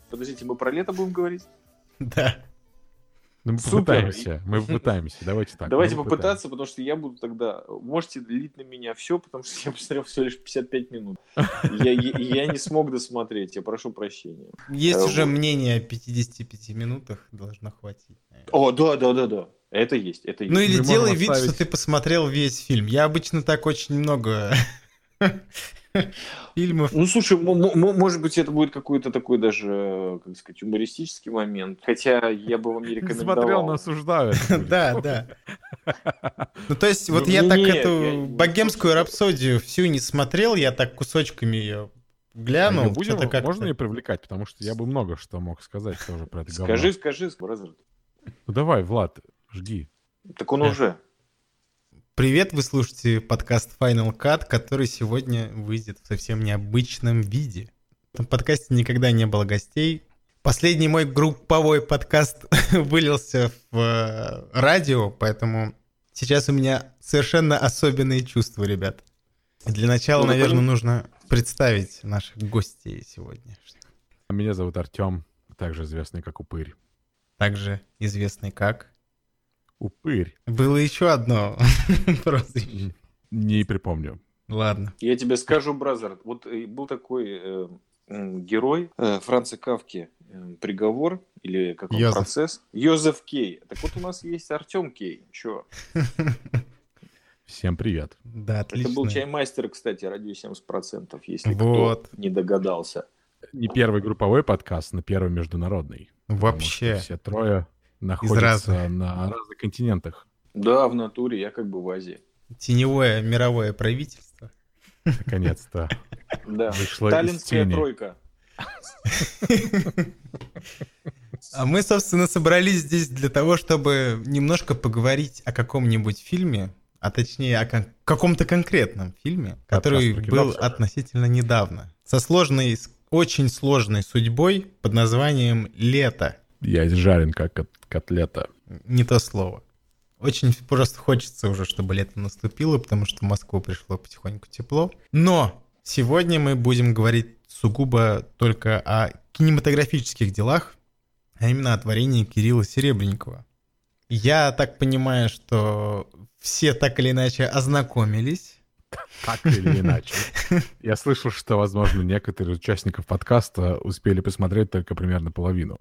Подождите, мы про лето будем говорить? Да. Ну, мы попытаемся, давайте так. Давайте попытаться, потому что я буду тогда... Можете лить на меня все, потому что я посмотрел всего лишь 55 минут. Я не смог досмотреть, я прошу прощения. Есть уже мнение о 55 минутах, должно хватить. О, да. Это есть. Ну или делай вид, что ты посмотрел весь фильм. Я обычно так очень много... фильмов. Ну, слушай, может быть, это будет какой-то такой даже, как сказать, юмористический момент. Хотя я бы вам не рекомендовал. Смотрел, но осуждают. Да. Ну, то есть, вот я так эту богемскую рапсодию всю не смотрел, я так кусочками ее глянул. Можно ее привлекать, потому что я бы много что мог сказать тоже про это говно. Скажи, бразер. Ну, давай, Влад, жги. Так он уже... Привет, вы слушаете подкаст Final Cut, который сегодня выйдет в совсем необычном виде. В этом подкасте никогда не было гостей. Последний мой групповой подкаст вылился в радио, поэтому сейчас у меня совершенно особенные чувства, ребят. Для начала, наверное, нужно представить наших гостей сегодня. Меня зовут Артем, также известный как Упырь. Также известный как... Упырь. Было еще одно прозвище. Не припомню. Ладно. Я тебе скажу, бразер, вот был такой герой Франца Кафки, «Приговор», или как он, «Процесс». Йозеф Кей. Так вот у нас есть Артем Кей. Чё? Всем привет. Да, отлично. Это был чаймастер, кстати, радио 70%, если кто не догадался. Не первый групповой подкаст, но первый международный. Вообще. Все трое находятся на разных континентах. Да, в натуре, я как бы в Азии. Теневое мировое правительство. Наконец-то. Да, сталинская тройка. А мы, собственно, собрались здесь для того, чтобы немножко поговорить о каком-нибудь фильме, а точнее о каком-то конкретном фильме, который был относительно недавно, со сложной, очень сложной судьбой под названием «Лето». Я изжарен, как котлета. Не то слово. Очень просто хочется уже, чтобы лето наступило, потому что в Москву пришло потихоньку тепло. Но сегодня мы будем говорить сугубо только о кинематографических делах, а именно о творении Кирилла Серебренникова. Я так понимаю, что все так или иначе ознакомились. Так или иначе. Я слышал, что, возможно, некоторые из участников подкаста успели посмотреть только примерно половину.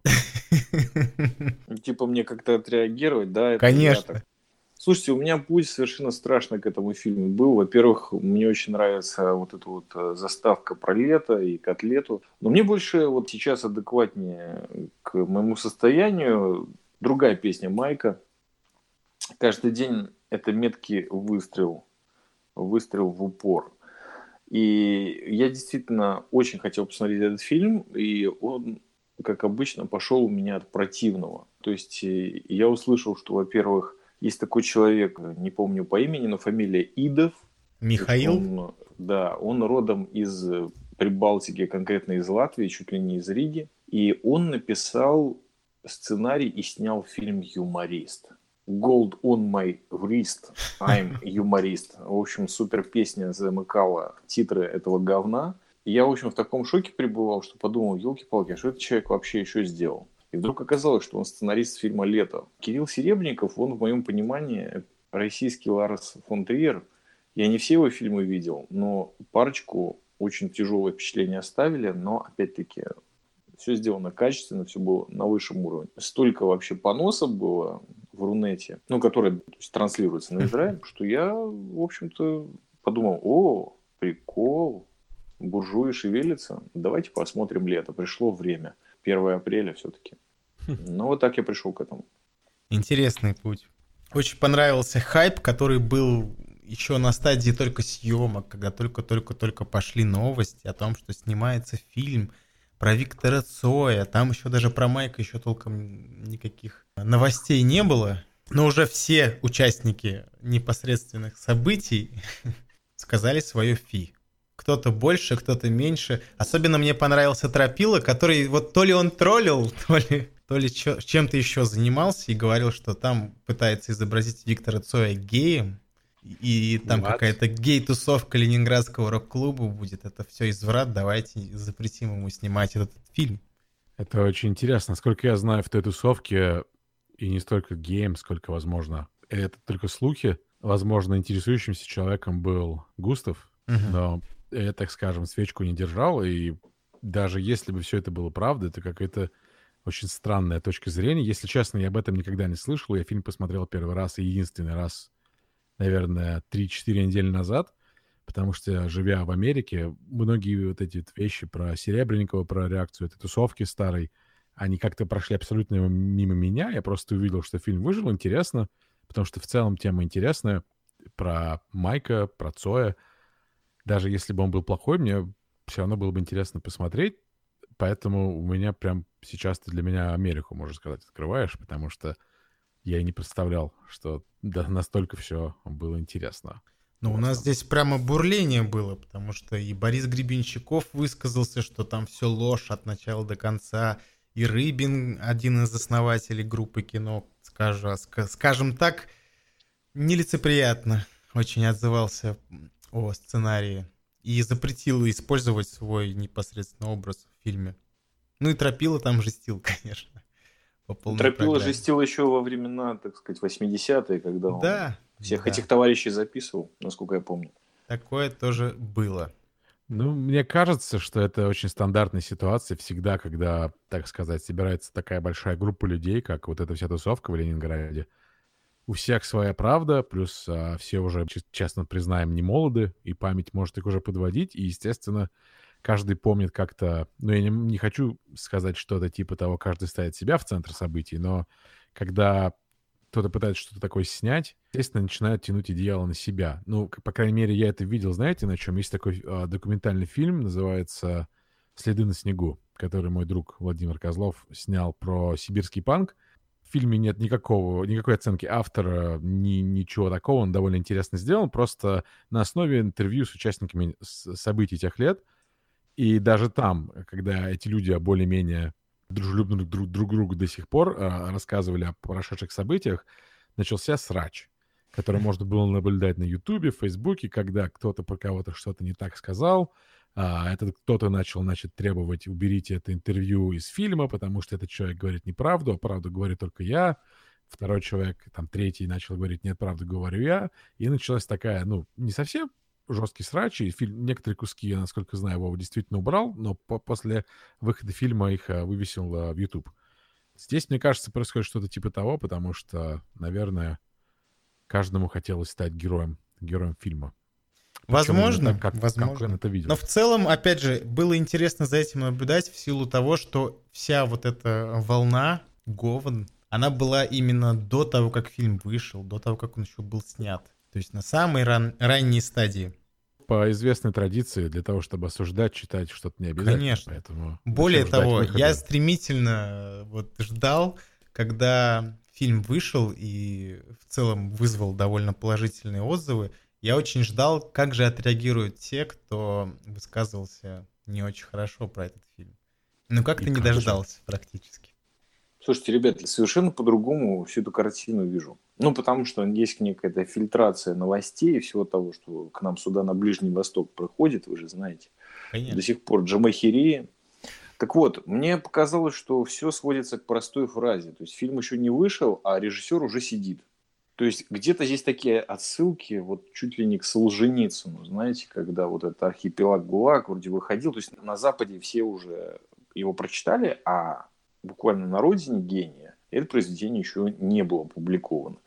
Типа мне как-то отреагировать, да? Конечно. Слушайте, у меня путь совершенно страшный к этому фильму был. Во-первых, мне очень нравится вот эта вот заставка про лето и котлету. Но мне больше вот сейчас адекватнее к моему состоянию другая песня Майка. «Каждый день это меткий выстрел в упор». И я действительно очень хотел посмотреть этот фильм, и он, как обычно, пошел у меня от противного. То есть я услышал, что, во-первых, есть такой человек, не помню по имени, но фамилия Идов. Михаил? Он родом из Прибалтики, конкретно из Латвии, чуть ли не из Риги. И он написал сценарий и снял фильм «Юморист». Gold on my wrist, I'm юморист. В общем, супер песня замыкала титры этого говна. И я, в общем, в таком шоке пребывал, что подумал, елки-палки, а что этот человек вообще еще сделал? И вдруг оказалось, что он сценарист фильма «Лето». Кирилл Серебренников, он, в моем понимании, российский Ларс фон Триер. Я не все его фильмы видел, но парочку очень тяжелое впечатление оставили, но, опять-таки, все сделано качественно, все было на высшем уровне. Столько вообще поносов было в Рунете, которые транслируются на Израиль, что я, в общем-то, подумал, прикол, буржуи шевелятся, давайте посмотрим «Лето». Пришло время. 1 апреля все-таки. Ну, вот так я пришел к этому. Интересный путь. Очень понравился хайп, который был еще на стадии только съемок, когда только пошли новости о том, что снимается фильм про Виктора Цоя. Там еще даже про Майка еще толком никаких новостей не было. Но уже все участники непосредственных событий сказали свое фи. Кто-то больше, кто-то меньше. Особенно мне понравился Тропила, который вот то ли он троллил, то ли чем-то еще занимался и говорил, что там пытается изобразить Виктора Цоя геем. И там какая-то гей-тусовка ленинградского рок-клуба будет. Это все изврат, давайте запретим ему снимать этот фильм. Это очень интересно. Насколько я знаю, в той тусовке и не столько гейм, сколько, возможно, это только слухи. Возможно, интересующимся человеком был Густав, Мгм. но я, так скажем, свечку не держал. И даже если бы все это было правда, это какая-то очень странная точка зрения. Если честно, я об этом никогда не слышал. Я фильм посмотрел первый раз и единственный раз, наверное, 3-4 недели назад, потому что, живя в Америке, многие вот эти вот вещи про Серебренникова, про реакцию этой тусовки старой, они как-то прошли абсолютно мимо меня. Я просто увидел, что фильм выжил, интересно, потому что в целом тема интересная про Майка, про Цоя. Даже если бы он был плохой, мне все равно было бы интересно посмотреть. Поэтому у меня прям сейчас ты для меня Америку, можно сказать, открываешь, потому что я и не представлял, что настолько все было интересно у Ну, у вас нас там. здесь прямо бурление было, потому что и Борис Гребенщиков высказался, что там все ложь от начала до конца, и Рыбин, один из основателей группы кино, скажем так, нелицеприятно очень отзывался о сценарии и запретил использовать свой непосредственно образ в фильме. Ну и Тропила там жестил, конечно, по полной Тропила программе. жестил еще во времена, так сказать, 80-е, когда он Да, всех да, этих товарищей записывал, насколько я помню. такое тоже было. Ну, мне кажется, что это очень стандартная ситуация всегда, когда, так сказать, собирается такая большая группа людей, как вот эта вся тусовка в Ленинграде. У всех своя правда, плюс все уже, честно признаем, не молоды, и память может их уже подводить, и, естественно, каждый помнит как-то... Ну, я не хочу сказать что-то типа того, каждый ставит себя в центр событий, но когда кто-то пытается что-то такое снять, естественно, начинают тянуть одеяло на себя. Ну, по крайней мере, я это видел, знаете, на чем? Есть такой документальный фильм, называется «Следы на снегу», который мой друг Владимир Козлов снял про сибирский панк. В фильме нет никакой оценки автора, ничего такого, он довольно интересно сделан, просто на основе интервью с участниками событий тех лет. И даже там, когда эти люди более-менее дружелюбно друг другу до сих пор рассказывали о прошедших событиях, начался срач, который можно было наблюдать на Ютубе, в Фейсбуке, когда кто-то про кого-то что-то не так сказал, этот кто-то начал, значит, требовать, уберите это интервью из фильма, потому что этот человек говорит неправду, а правду говорю только я. Второй человек, там, третий начал говорить, нет, правду говорю я. И началась такая, ну, не совсем жесткий срач, и фильм, некоторые куски, я, насколько знаю, Вова действительно убрал, но после выхода фильма их вывесил в YouTube. Здесь, мне кажется, происходит что-то типа того, потому что, наверное, каждому хотелось стать героем фильма. Причем именно так, Возможно, как он возможно. это Но видел. в целом, опять же, было интересно за этим наблюдать в силу того, что вся вот эта волна, говен, она была именно до того, как фильм вышел, до того, как он еще был снят. То есть на самой ранней стадии. По известной традиции, для того, чтобы осуждать, читать что-то не обязательно. Конечно. Поэтому Более зачем ждать того, я выхода? стремительно вот ждал, когда фильм вышел и в целом вызвал довольно положительные отзывы. Я очень ждал, как же отреагируют те, кто высказывался не очень хорошо про этот фильм. Но И как-то не как же? дождался практически. Слушайте, ребят, совершенно по-другому всю эту картину вижу. Ну, потому что есть некая фильтрация новостей и всего того, что к нам сюда на Ближний Восток проходит, вы же знаете. До Конечно. сих пор джамахирия. Так вот, мне показалось, что все сводится к простой фразе. То есть фильм еще не вышел, а режиссер уже сидит. То есть где-то здесь такие отсылки, вот чуть ли не к Солженицыну, знаете, когда вот этот архипелаг ГУЛАГ вроде выходил. То есть на Западе все уже его прочитали, а буквально на родине гения это произведение еще не было опубликовано.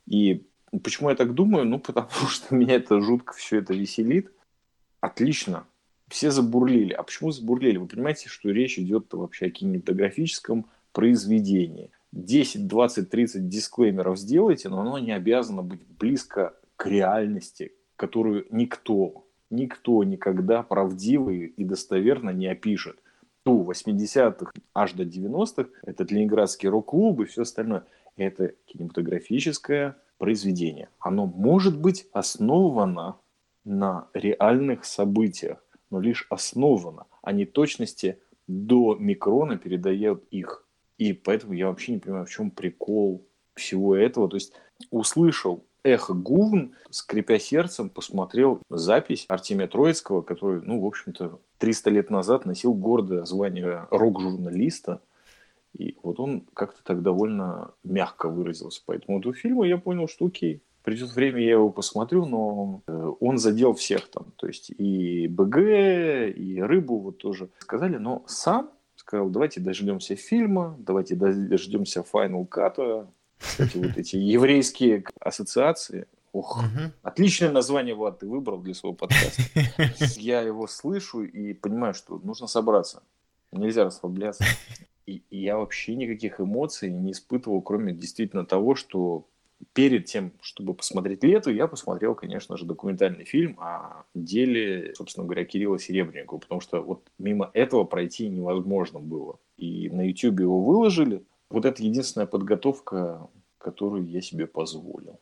И почему я так думаю? Ну, потому что меня это жутко все это веселит. Отлично. Все забурлили. А почему забурлили? Вы понимаете, что речь идет вообще о кинематографическом произведении. 10, 20, 30 дисклеймеров сделайте, но оно не обязано быть близко к реальности, которую никто никогда правдиво и достоверно не опишет. Ту 80-х аж до 90-х, этот ленинградский рок-клуб и все остальное. Это кинематографическое произведение. Оно может быть основано на реальных событиях, но лишь основано, а не точности до микрона передает их. И поэтому я вообще не понимаю, в чем прикол всего этого. То есть услышал «Эхо Гувн», скрипя сердцем, посмотрел запись Артемия Троицкого, который, в общем-то, 300 лет назад носил гордое звание рок-журналиста. И вот он как-то так довольно мягко выразился по этому фильму. Я понял, что окей, придет время, я его посмотрю, но он задел всех там. То есть и БГ, и Рыбу вот тоже сказали, но сам сказал, давайте дождемся фильма, давайте дождемся Final Cut. Кстати, вот эти еврейские ассоциации. Отличное название, Влад, ты выбрал для своего подкаста. Я его слышу и понимаю, что нужно собраться. Нельзя расслабляться. И я вообще никаких эмоций не испытывал, кроме действительно того, что перед тем, чтобы посмотреть «Лету», я посмотрел, конечно же, документальный фильм о деле, собственно говоря, Кирилла Серебренникова, потому что вот мимо этого пройти невозможно было. И на YouTube его выложили. Вот это единственная подготовка, которую я себе позволил.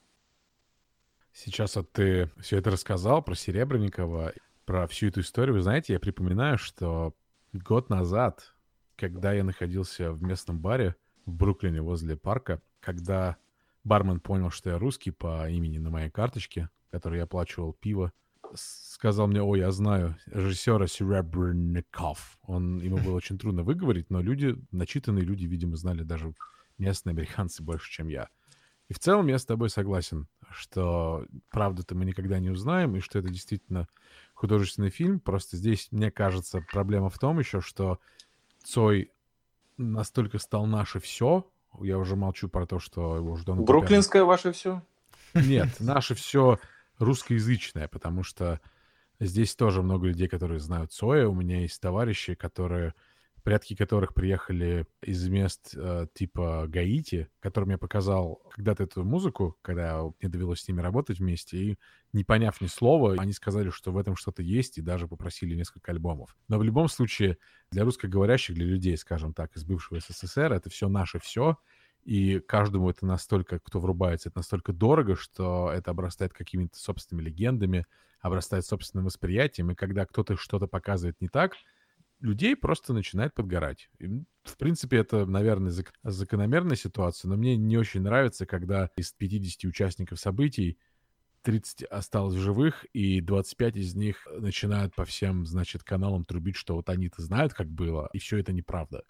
Сейчас вот ты все это рассказал про Серебренникова, про всю эту историю. Вы знаете, я припоминаю, что год назад, когда я находился в местном баре в Бруклине возле парка, когда бармен понял, что я русский по имени на моей карточке, которой я оплачивал пиво, сказал мне: «Ой, я знаю режиссера Серебренников». Ему было очень трудно выговорить, но начитанные люди, видимо, знали даже местные американцы больше, чем я. И в целом я с тобой согласен, что правду-то мы никогда не узнаем, и что это действительно художественный фильм. Просто здесь, мне кажется, проблема в том еще, что Цой настолько стал наше все. Я уже молчу про то, что его уже давно... Бруклинское ваше все? Нет, наше все русскоязычное, потому что здесь тоже много людей, которые знают Цоя. У меня есть товарищи, предки которых приехали из мест типа Гаити, которым я показал когда-то эту музыку, когда мне довелось с ними работать вместе, и не поняв ни слова, они сказали, что в этом что-то есть, и даже попросили несколько альбомов. Но в любом случае, для русскоговорящих, для людей, скажем так, из бывшего СССР, это все наше все, и каждому это настолько, кто врубается, это настолько дорого, что это обрастает какими-то собственными легендами, обрастает собственным восприятием, и когда кто-то что-то показывает не так, людей просто начинает подгорать. И, в принципе, это, наверное, закономерная ситуация, но мне не очень нравится, когда из 50 участников событий 30 осталось в живых, и 25 из них начинают по всем, каналам трубить, что вот они-то знают, как было, и все это неправда.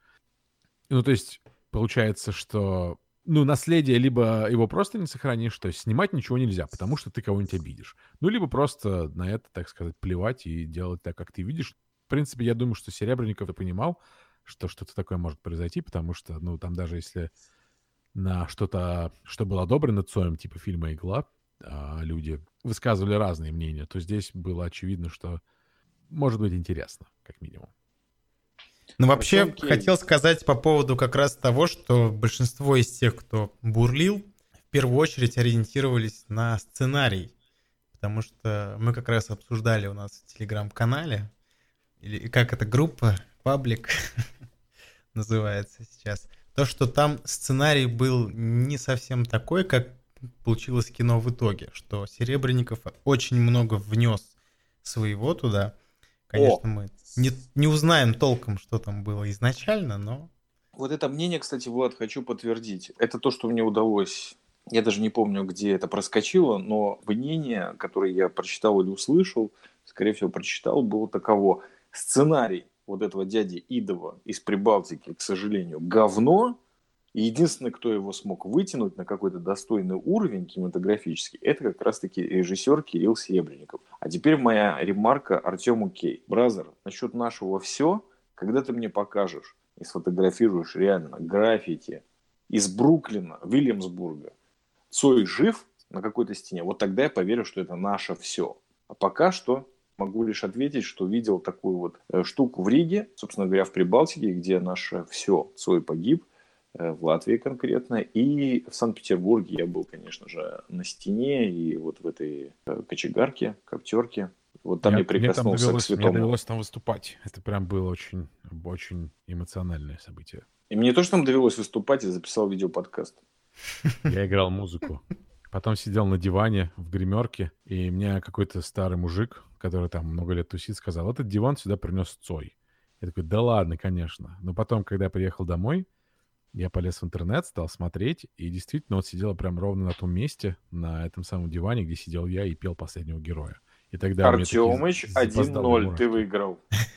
То есть, получается, что, наследие либо его просто не сохранишь, то есть снимать ничего нельзя, потому что ты кого-нибудь обидишь. Либо просто на это, так сказать, плевать и делать так, как ты видишь. В принципе, я думаю, что Серебренников и понимал, что что-то такое может произойти, потому что, там даже если на что-то, что было одобрено Цоем, типа фильма «Игла», люди высказывали разные мнения, то здесь было очевидно, что может быть интересно, как минимум. Вообще, хотел сказать по поводу как раз того, что большинство из тех, кто бурлил, в первую очередь ориентировались на сценарий, потому что мы как раз обсуждали у нас в Телеграм-канале, или как эта группа, паблик называется сейчас, то, что там сценарий был не совсем такой, как получилось кино в итоге, что Серебренников очень много внес своего туда. Конечно, мы не узнаем толком, что там было изначально, но... Вот это мнение, кстати, Влад, хочу подтвердить. Это то, что мне удалось... Я даже не помню, где это проскочило, но мнение, которое я прочитал или услышал, скорее всего, прочитал, было таково. Сценарий вот этого дяди Идова из Прибалтики, к сожалению, говно. И единственный, кто его смог вытянуть на какой-то достойный уровень кинематографический, это как раз-таки режиссер Кирилл Серебренников. А теперь моя ремарка Артему Кей. Бразер, насчет нашего все, когда ты мне покажешь и сфотографируешь реально граффити из Бруклина, Вильямсбурга, Цой жив на какой-то стене, вот тогда я поверю, что это наше все. А пока что могу лишь ответить, что видел такую вот штуку в Риге, собственно говоря, в Прибалтике, где наше все, Цой погиб, в Латвии конкретно, и в Санкт-Петербурге я был, конечно же, на стене и вот в этой кочегарке, коптерке. Вот там я прикоснулся к святому. Мне довелось там выступать. Это прям было очень, очень эмоциональное событие. И мне тоже там довелось выступать, я записал видеоподкаст. Я играл музыку. Потом сидел на диване в гримерке, и мне какой-то старый мужик, который там много лет тусит, сказал: этот диван сюда принес Цой. Я такой: да ладно, конечно. Но потом, когда я приехал домой, Я полез в интернет, стал смотреть, и действительно вот сидела прям ровно на том месте, на этом самом диване, где сидел я и пел последнего героя. И тогда у меня такие Артемыч, запоздалые 1-0, ты мурашки. выиграл.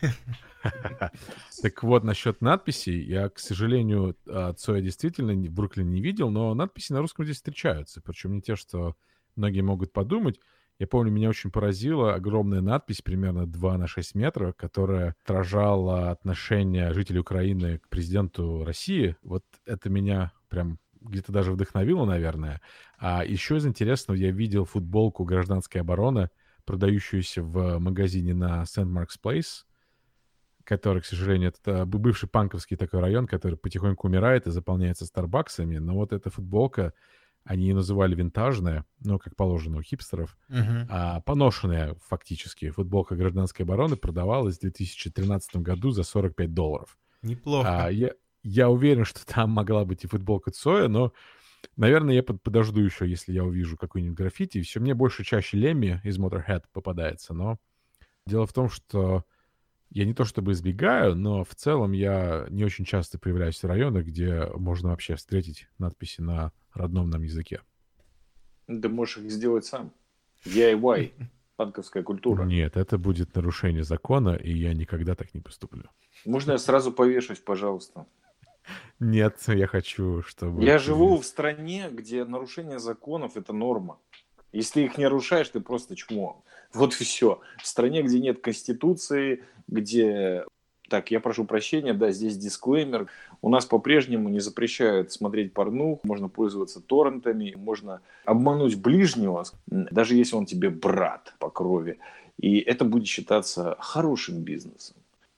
Так вот, насчет надписей, я, к сожалению, Цоя действительно в Бруклине не видел, но надписи на русском здесь встречаются. Причем не те, что многие могут подумать. Я помню, меня очень поразила огромная надпись, примерно 2 на 6 метров, которая отражала отношение жителей Украины к президенту России. Вот это меня прям где-то даже вдохновило, наверное. А еще из интересного я видел футболку «Гражданская оборона», продающуюся в магазине на Сент-Маркс Плейс, который, к сожалению, это бывший панковский такой район, который потихоньку умирает и заполняется старбаксами. Но вот эта футболка, они ее называли винтажная, ну, как положено у хипстеров, Мгм. а поношенная фактически. Футболка «Гражданской обороны» продавалась в 2013 году за $45. Неплохо. Я уверен, что там могла быть и футболка Цоя, но, наверное, я подожду еще, если я увижу какой-нибудь граффити. И все, мне больше чаще Лемми из Motorhead попадается, но дело в том, что я не то чтобы избегаю, но в целом я не очень часто появляюсь в районах, где можно вообще встретить надписи на родном нам языке. Ты можешь их сделать сам. DIY, панковская культура. Нет, это будет нарушение закона, и я никогда так не поступлю. Можно я сразу повешусь, пожалуйста? Нет, я хочу, чтобы Я ты... живу в стране, где нарушение законов – это норма. Если ты их не нарушаешь, ты просто чмо. Вот и все. В стране, где нет конституции, где... Так, я прошу прощения, да, здесь дисклеймер. У нас по-прежнему не запрещают смотреть порнуху, можно пользоваться торрентами, можно обмануть ближнего, даже если он тебе брат по крови. И это будет считаться хорошим бизнесом.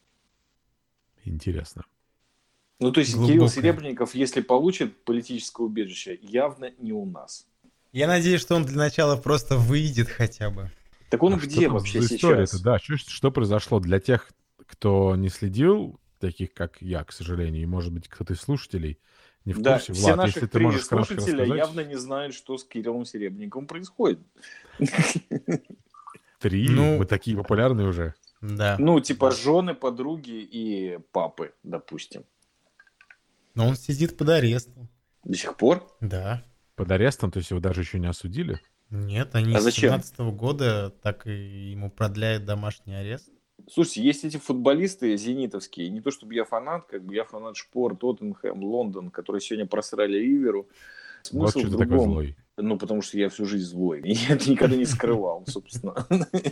Интересно. Ну, то есть Кирилл Глубокое. Серебренников, если получит политическое убежище, явно не у нас. Я надеюсь, что он для начала просто выйдет хотя бы. Так он А где что там вообще за история-то? сейчас? Да, что произошло для тех, кто не следил, таких как я, к сожалению, и, может быть, кто-то из слушателей не в Да, курсе. все Влад, если наших ты 3 можешь кратко слушателя рассказать. явно не знают, что с Кириллом Серебренниковым происходит. 3? Ну, Мы такие популярные уже. да. Ну, типа жены, подруги и папы, допустим. Но он сидит под арестом. До сих пор? Да. Под арестом, то есть его даже еще не осудили? Нет, они А с зачем? 17 года так и ему продляют домашний арест. Слушайте, есть эти футболисты зенитовские, не то чтобы я фанат, как бы я фанат Шпор, Тоттенхэм, Лондон, которые сегодня просрали Риверу. Вот Смысл что в ты такой другом. злой. Ну, потому что я всю жизнь злой. И я это никогда не скрывал, собственно.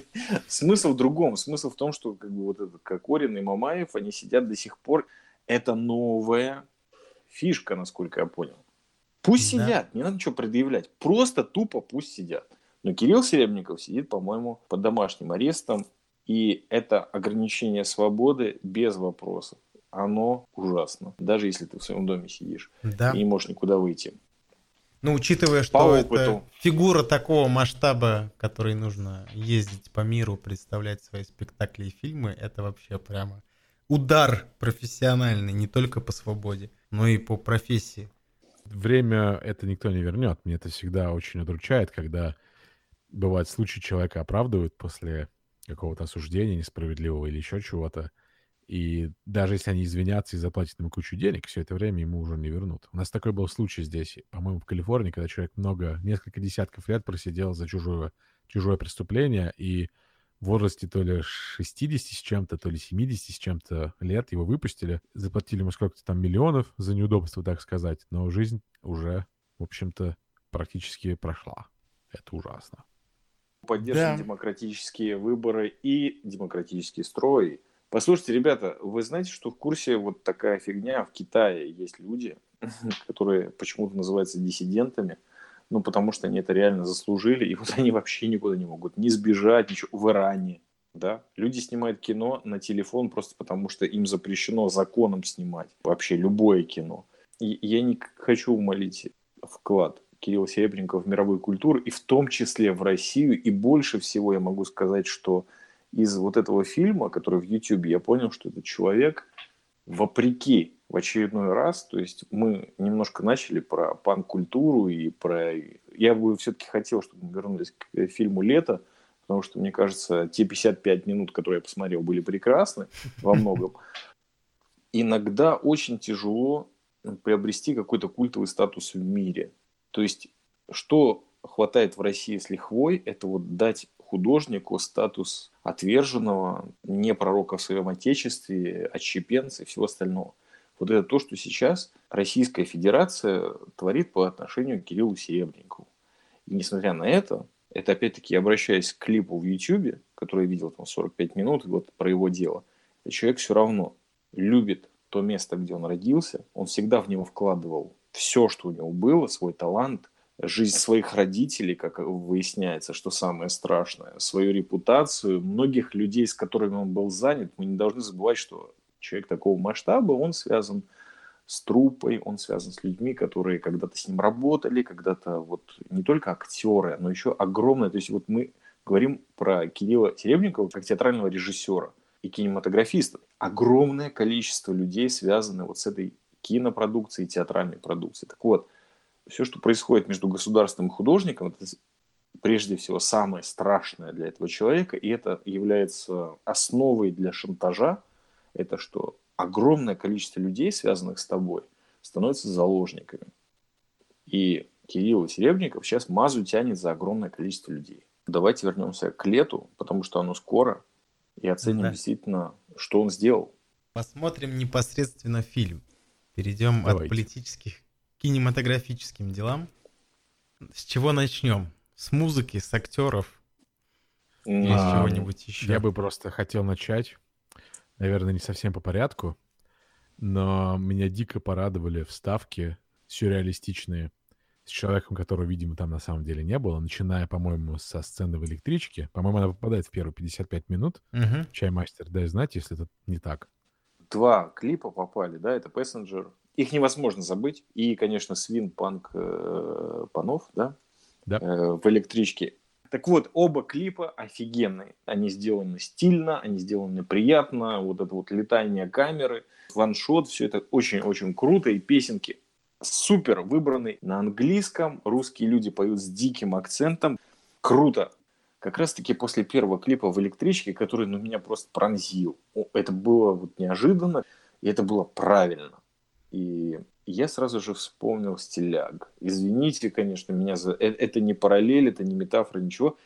Смысл в другом. Смысл в том, что как бы вот этот Кокорин и Мамаев, они сидят до сих пор. Это новая фишка, насколько я понял. Пусть Да. сидят, не надо ничего предъявлять. Просто тупо пусть сидят. Но Кирилл Серебренников сидит, по-моему, под домашним арестом. И это ограничение свободы без вопросов. Оно ужасно. Даже если ты в своем доме сидишь Да. и не можешь никуда выйти. Ну, учитывая, По что это опыту. фигура такого масштаба, которой нужно ездить по миру, представлять свои спектакли и фильмы, это вообще прямо удар профессиональный не только по свободе, но и по профессии. Время это никто не вернет. Мне это всегда очень удручает, когда бывают случаи, человека оправдывают после какого-то осуждения несправедливого или еще чего-то. И даже если они извинятся и заплатят ему кучу денег, все это время ему уже не вернут. У нас такой был случай здесь, по-моему, в Калифорнии, когда человек несколько десятков лет просидел за чужое преступление, и в возрасте то ли 60 с чем-то, то ли 70 с чем-то лет его выпустили, заплатили ему сколько-то там миллионов за неудобство, так сказать, но жизнь уже, в общем-то, практически прошла. Это ужасно. Поддерживать Да. демократические выборы и демократический строй. Послушайте, ребята, вы знаете, что в курсе вот такая фигня? В Китае есть люди, которые почему-то называются диссидентами, ну, потому что они это реально заслужили, и вот они вообще никуда не могут не сбежать, ничего. В Иране, да? Люди снимают кино на телефон просто потому, что им запрещено законом снимать вообще любое кино. И я не хочу умолить вклад Кирилла Серебренникова в мировую культуру, и в том числе в Россию. И больше всего я могу сказать, что из вот этого фильма, который в YouTube, я понял, что этот человек, вопреки в очередной раз, то есть мы немножко начали про панк-культуру и про... Я бы все-таки хотел, чтобы мы вернулись к фильму «Лето», потому что, мне кажется, те 55 минут, которые я посмотрел, были прекрасны во многом. Иногда очень тяжело приобрести какой-то культовый статус в мире. То есть, что хватает в России с лихвой, это вот дать художнику статус отверженного, не пророка в своем отечестве, отщепенца и всего остального. Вот это то, что сейчас Российская Федерация творит по отношению к Кириллу Серебренникову. И несмотря на это опять-таки, обращаясь к клипу в YouTube, который я видел там 45 минут, вот про его дело, человек все равно любит то место, где он родился, он всегда в него вкладывал все, что у него было, свой талант, жизнь своих родителей, как выясняется, что самое страшное, свою репутацию, многих людей, с которыми он был занят. Мы не должны забывать, что человек такого масштаба, он связан с труппой, он связан с людьми, которые когда-то с ним работали, когда-то вот не только актеры, но еще огромное. То есть вот мы говорим про Кирилла Серебренникова как театрального режиссера и кинематографиста. Огромное количество людей связаны вот с этой кинопродукцией, театральной продукцией. Так вот, все, что происходит между государством и художником, это прежде всего самое страшное для этого человека, и это является основой для шантажа, это что огромное количество людей, связанных с тобой, становятся заложниками. И Кирилл Серебренников сейчас мазу тянет за огромное количество людей. Давайте вернемся к лету, потому что оно скоро, и оценим действительно, что он сделал. Посмотрим непосредственно фильм. Перейдем от политических к кинематографическим делам. С чего начнем? С музыки, с актеров? Или с чего-нибудь еще? Я бы просто хотел начать, наверное, не совсем по порядку, но меня дико порадовали вставки сюрреалистичные с человеком, которого, видимо, там на самом деле не было, начиная, по-моему, со сцены в электричке. По-моему, она попадает в первые 55 минут. Чаймастер, дай знать, если это не так. 2 клипа попали, да, это Passenger. Их невозможно забыть. И, конечно, Свин Панк Панов, да, в электричке. Так вот, оба клипа офигенные. Они сделаны стильно, они сделаны приятно. Вот это вот летание камеры, ваншот, все это очень-очень круто. И песенки супер выбраны на английском. Русские люди поют с диким акцентом. Круто. Как раз-таки после первого клипа в электричке, который меня просто пронзил. Это было вот неожиданно, и это было правильно. И я сразу же вспомнил «Стиляг». Извините, конечно, меня за... Это не параллель, это не метафора, ничего.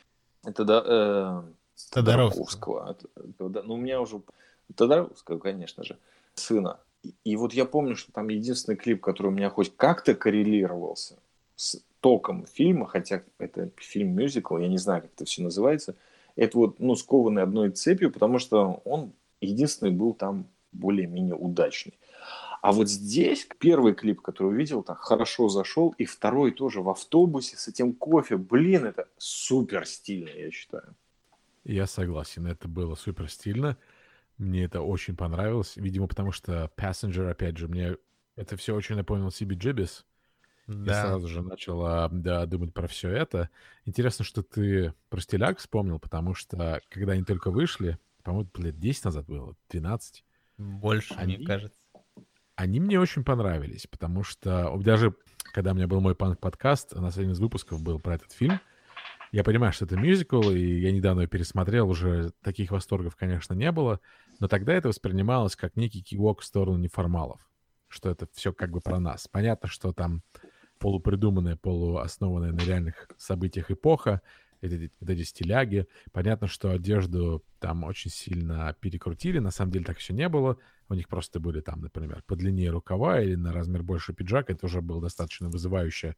Это Тодоровского. Ну, у меня уже Тодоровского, конечно же, сына. И вот я помню, что там единственный клип, который у меня хоть как-то коррелировался с током фильма, хотя это фильм-мюзикл, я не знаю, как это все называется, это вот, скованный одной цепью, потому что он единственный был там более-менее удачный. А вот здесь первый клип, который увидел, так хорошо зашел, и второй тоже в автобусе с этим кофе. Блин, это супер стильно, я считаю. Я согласен, это было супер стильно. Мне это очень понравилось. Видимо, потому что Passenger, опять же, мне это все очень напомнил CBGB's. Да. Я сразу же начал думать про все это. Интересно, что ты про «Стиляг» вспомнил, потому что, когда они только вышли, по-моему, лет 10 назад было, 12. Больше, мне кажется. Они мне очень понравились, потому что даже когда у меня был мой панк-подкаст, на один из выпусков был про этот фильм, я понимаю, что это мюзикл, и я недавно его пересмотрел, уже таких восторгов, конечно, не было, но тогда это воспринималось как некий кивок в сторону неформалов, что это все как бы про нас. Понятно, что там полупридуманная, полуоснованная на реальных событиях эпоха, эти стиляги. Понятно, что одежду там очень сильно перекрутили, на самом деле так все не было. У них просто были там, например, подлиннее рукава или на размер больше пиджак. Это уже был достаточно вызывающий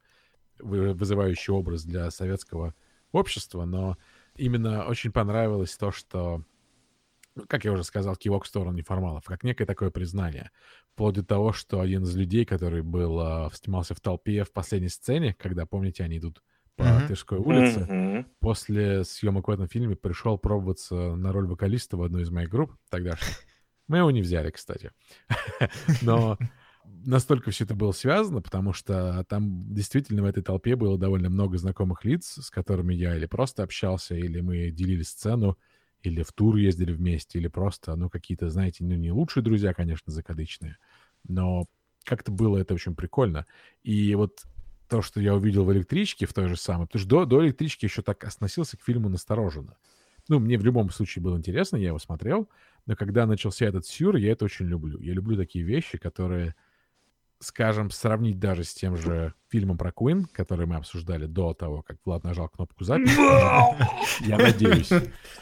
образ для советского общества, но именно очень понравилось то, что, как я уже сказал, кивок в сторону неформалов, как некое такое признание. Вплоть до того, что один из людей, который снимался в толпе в последней сцене, когда, помните, они идут по Тверской улице, после съемок в этом фильме пришел пробоваться на роль вокалиста в одной из моих групп тогдашних. Мы его не взяли, кстати. Но настолько все это было связано, потому что там действительно в этой толпе было довольно много знакомых лиц, с которыми я или просто общался, или мы делили сцену, или в тур ездили вместе, или просто, какие-то, знаете, не лучшие друзья, конечно, закадычные, но как-то было это очень прикольно. И вот то, что я увидел в электричке, в той же самой, потому что до электрички еще так относился к фильму настороженно. Мне в любом случае было интересно, я его смотрел, но когда начался этот сюр, я это очень люблю. Я люблю такие вещи, которые скажем, сравнить даже с тем же фильмом про Queen, который мы обсуждали до того, как Влад нажал кнопку записи, я надеюсь.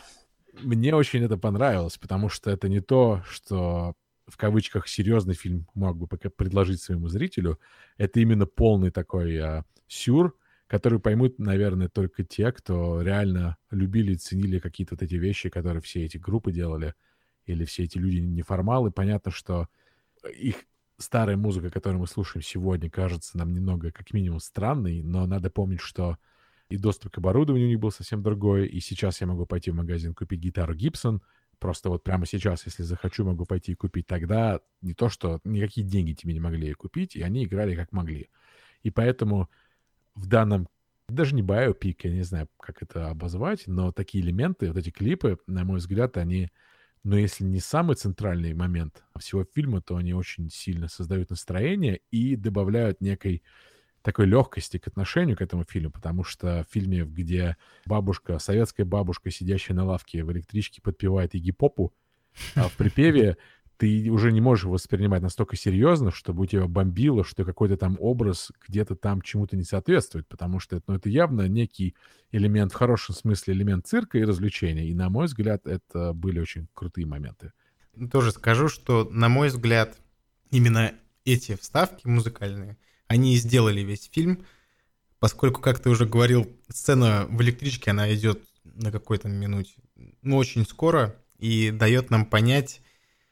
Мне очень это понравилось, потому что это не то, что в кавычках серьезный фильм мог бы предложить своему зрителю. Это именно полный такой сюр, который поймут, наверное, только те, кто реально любили и ценили какие-то вот эти вещи, которые все эти группы делали, или все эти люди неформалы. Понятно, что их старая музыка, которую мы слушаем сегодня, кажется нам немного, как минимум, странной, но надо помнить, что и доступ к оборудованию у них был совсем другой, и сейчас я могу пойти в магазин купить гитару Gibson, просто вот прямо сейчас, если захочу, могу пойти и купить. Тогда не то, что никакие деньги тебе не могли купить, и они играли как могли. И поэтому в данном, даже не биопик, я не знаю, как это обозвать, но такие элементы, вот эти клипы, на мой взгляд, они, но если не самый центральный момент всего фильма, то они очень сильно создают настроение и добавляют некой такой легкости к отношению к этому фильму, потому что в фильме, где бабушка, советская бабушка, сидящая на лавке в электричке, подпевает Игги Попу, а в припеве ты уже не можешь его воспринимать настолько серьезно, чтобы у тебя бомбило, что какой-то там образ где-то там чему-то не соответствует, потому что это явно некий элемент, в хорошем смысле, элемент цирка и развлечения. И, на мой взгляд, это были очень крутые моменты. Тоже скажу, что, на мой взгляд, именно эти вставки музыкальные, они и сделали весь фильм, поскольку, как ты уже говорил, сцена в электричке, она идет на какой-то минуте, очень скоро, и дает нам понять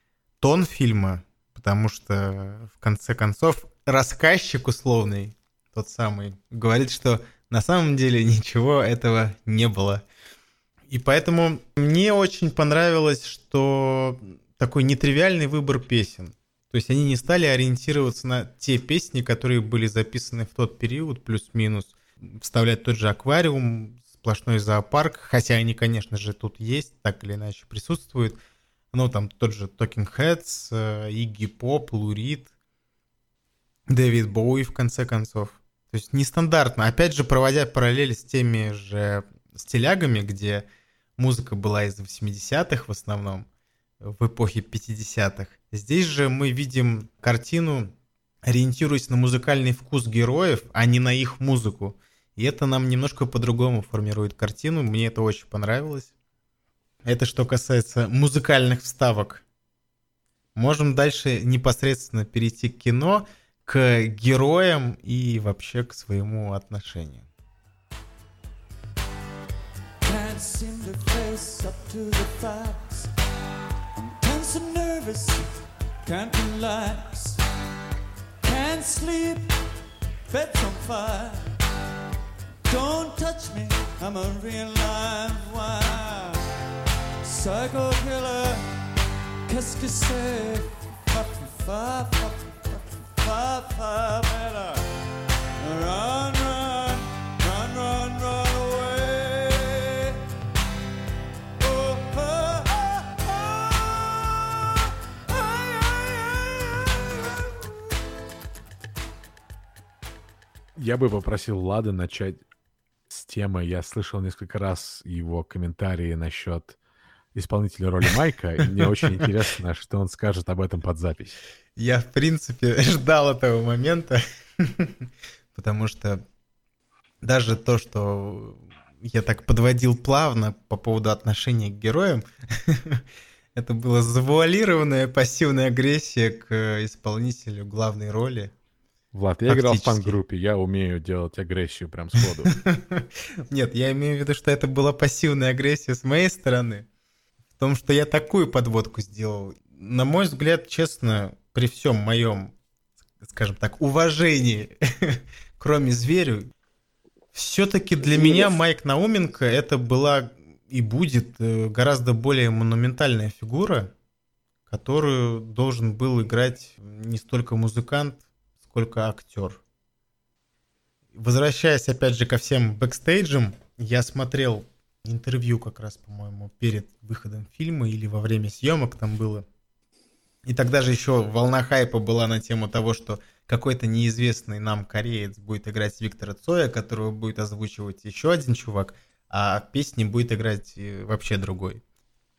тон фильма, потому что, в конце концов, рассказчик условный, тот самый, говорит, что на самом деле ничего этого не было. И поэтому мне очень понравилось, что такой нетривиальный выбор песен. То есть они не стали ориентироваться на те песни, которые были записаны в тот период, плюс-минус, вставлять тот же аквариум, сплошной зоопарк, хотя они, конечно же, тут есть, так или иначе присутствуют. Ну, там тот же Talking Heads, Iggy Pop, Лу Рид, Дэвид Боуи, в конце концов. То есть нестандартно. Опять же, проводя параллель с теми же стилягами, где музыка была из 80-х в основном, в эпохе 50-х. Здесь же мы видим картину, ориентируясь на музыкальный вкус героев, а не на их музыку. И это нам немножко по-другому формирует картину. Мне это очень понравилось. Это что касается музыкальных вставок. Можем дальше непосредственно перейти к кино, к героям и вообще к своему отношению. Psycho killer, qu'est-ce que c'est? Better run, run, run, run, run away. Oh, oh, oh, oh, Я бы попросил Влада начать с темы. Я слышал несколько раз его комментарии насчет исполнителя роли Майка, и мне очень интересно, что он скажет об этом под запись. Я, в принципе, ждал этого момента, потому что даже то, что я так подводил плавно по поводу отношения к героям, это была завуалированная пассивная агрессия к исполнителю главной роли. Влад, я играл в панк-группе, я умею делать агрессию прям сходу. Нет, я имею в виду, что это была пассивная агрессия с моей стороны. В том, что я такую подводку сделал. На мой взгляд, честно, при всем моем, скажем так, уважении к Роме Зверю, все-таки для меня Майк Науменко это была и будет гораздо более монументальная фигура, которую должен был играть не столько музыкант, сколько актер. Возвращаясь опять же ко всем бэкстейджам, я смотрел интервью как раз, по-моему, перед выходом фильма или во время съемок там было. И тогда же еще волна хайпа была на тему того, что какой-то неизвестный нам кореец будет играть Виктора Цоя, которого будет озвучивать еще один чувак, а песни будет играть вообще другой.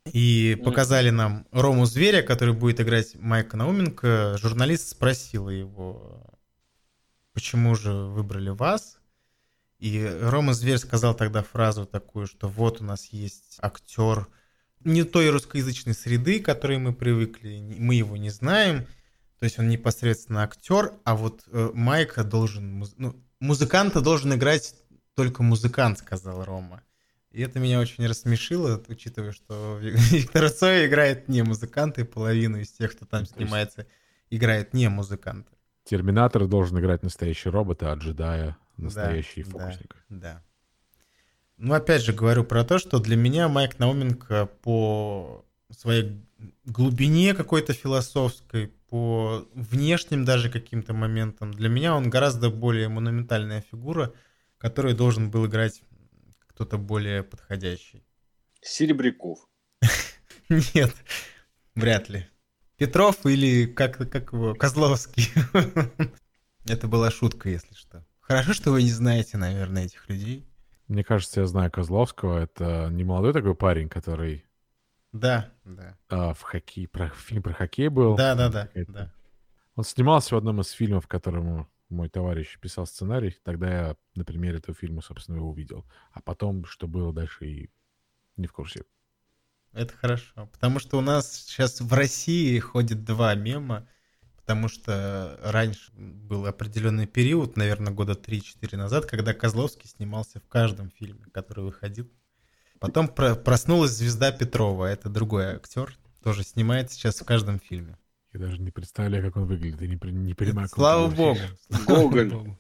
И показали нам Рому Зверя, который будет играть Майка Науменко. Журналист спросила его, почему же выбрали вас? И Рома Зверь сказал тогда фразу такую, что вот у нас есть актер не той русскоязычной среды, к которой мы привыкли, мы его не знаем, то есть он непосредственно актер, а вот Майка должен, музыканта должен играть только музыкант, сказал Рома. И это меня очень рассмешило, учитывая, что Виктор Цой играет не музыканта, и половину из тех, кто там снимается, играет не музыканта. Терминатор должен играть настоящий робот, а джедая настоящий фокусник. Да. Ну, опять же, говорю про то, что для меня Майк Науменко по своей глубине какой-то философской, по внешним даже каким-то моментам, для меня он гораздо более монументальная фигура, которую должен был играть кто-то более подходящий. Серебряков. Нет, вряд ли. Петров или как его, Козловский. Это была шутка, если что. Хорошо, что вы не знаете, наверное, этих людей. Мне кажется, я знаю Козловского. Это не молодой такой парень, который... Да. В хоккей, фильм про хоккей был. Да. Он снимался в одном из фильмов, которому мой товарищ писал сценарий. Тогда я на примере этого фильма, собственно, его увидел. А потом, что было дальше, и не в курсе. Это хорошо, потому что у нас сейчас в России ходит два мема, потому что раньше был определенный период, наверное, года 3-4 назад, когда Козловский снимался в каждом фильме, который выходил. Потом проснулась звезда Петрова, это другой актер, тоже снимается сейчас в каждом фильме. Я даже не представляю, как он выглядит, и не понимаю, как Слава богу. Гоголь.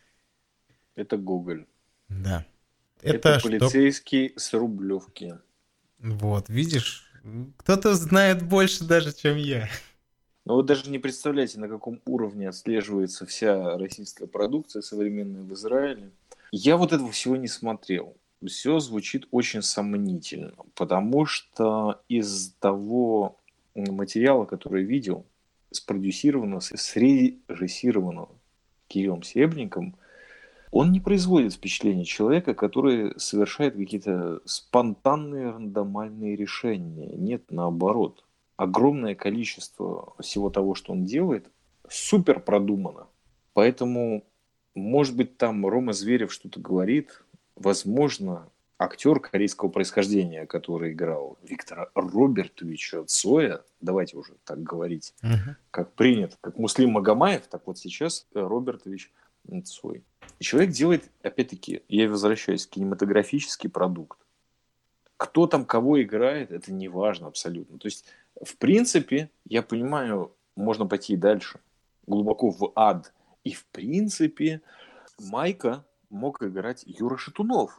Это Гоголь. Да. Это полицейский с Рублевки. Вот, видишь, кто-то знает больше даже, чем я. Но вы даже не представляете, на каком уровне отслеживается вся российская продукция современная в Израиле. Я вот этого всего не смотрел. Все звучит очень сомнительно, потому что из того материала, который я видел, спродюсированного, срежиссированного Кириллом Серебренником, он не производит впечатление человека, который совершает какие-то спонтанные рандомальные решения. Нет, наоборот. Огромное количество всего того, что он делает, супер продумано. Поэтому, может быть, там Рома Зверев что-то говорит. Возможно, актер корейского происхождения, который играл Виктора Робертовича Цоя, давайте уже так говорить, как принято, как Муслим Магомаев, так вот сейчас Робертович Цой. И человек делает, опять-таки, я возвращаюсь, кинематографический продукт. Кто там кого играет, это не важно абсолютно. То есть, в принципе, я понимаю, можно пойти и дальше, глубоко в ад. И, в принципе, Майка мог играть Юра Шатунов.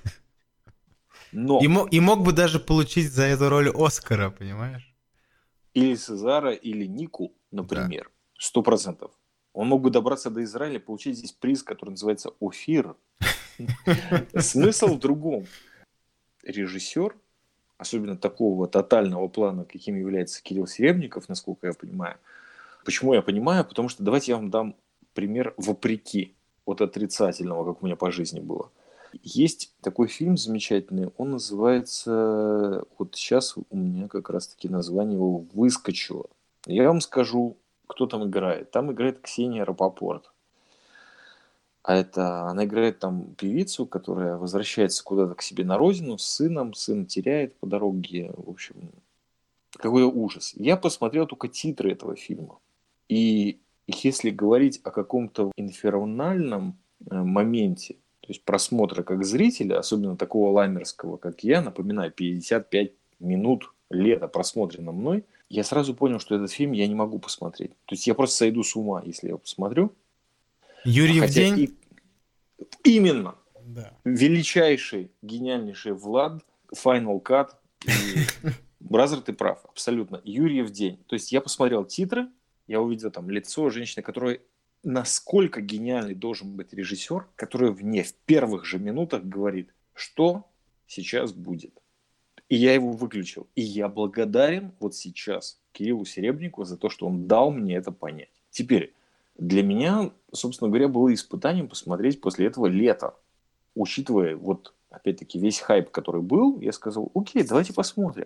Но... И мог бы даже получить за эту роль Оскара, понимаешь? Или Сезара, или Нику, например. 100%. Он мог бы добраться до Израиля, получить здесь приз, который называется Офир. Смысл в другом. Режиссер, особенно такого тотального плана, каким является Кирилл Серебренников, насколько я понимаю. Почему я понимаю? Потому что давайте я вам дам пример вопреки от отрицательного, как у меня по жизни было. Есть такой фильм замечательный, он называется, вот сейчас у меня как раз-таки название его выскочило. Я вам скажу, кто там играет. Там играет Ксения Рапопорт. А это она играет там певицу, которая возвращается куда-то к себе на родину с сыном. Сын теряет по дороге. В общем, какой ужас. Я посмотрел только титры этого фильма. И если говорить о каком-то инфернальном моменте, то есть просмотра как зрителя, особенно такого ламерского, как я, напоминаю, 55 минут лета просмотрено мной, я сразу понял, что этот фильм я не могу посмотреть. То есть я просто сойду с ума, если я его посмотрю. Юрьев день? Именно. Да. Величайший, гениальнейший Влад, Final Cut. Бразер, ты прав, абсолютно. Юрьев день. То есть я посмотрел титры, я увидел там лицо женщины, которая... Насколько гениальный должен быть режиссер, который в первых же минутах говорит, что сейчас будет. И я его выключил. И я благодарен вот сейчас Кириллу Серебренникову за то, что он дал мне это понять. Теперь, для меня, собственно говоря, было испытанием посмотреть после этого лето. Учитывая вот, опять-таки, весь хайп, который был, я сказал, окей, давайте посмотрим.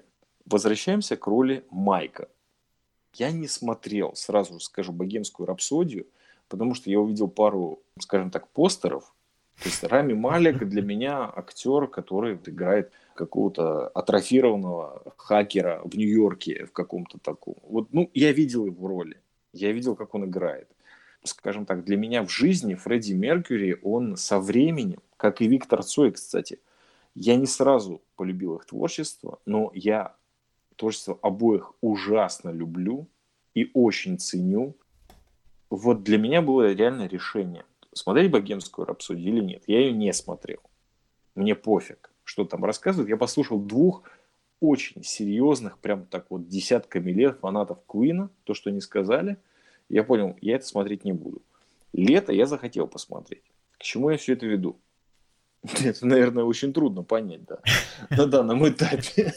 Возвращаемся к роли Майка. Я не смотрел, сразу же скажу, «Богемскую рапсодию», потому что я увидел пару, скажем так, постеров. То есть Рами Малек для меня актер, который играет какого-то атрофированного хакера в Нью-Йорке в каком-то таком. Вот, ну, я видел его роли. Я видел, как он играет. Скажем так, для меня в жизни Фредди Меркьюри, он со временем, как и Виктор Цой, кстати, я не сразу полюбил их творчество, но я творчество обоих ужасно люблю и очень ценю. Вот для меня было реально решение, смотреть «Богемскую рапсодию» или нет. Я ее не смотрел. Мне пофиг, что там рассказывают. Я послушал двух очень серьезных, прям так вот десятками лет фанатов Куина, то, что они сказали. Я понял, я это смотреть не буду. «Лето» я захотел посмотреть. К чему я все это веду? Это, наверное, очень трудно понять, да, на данном этапе.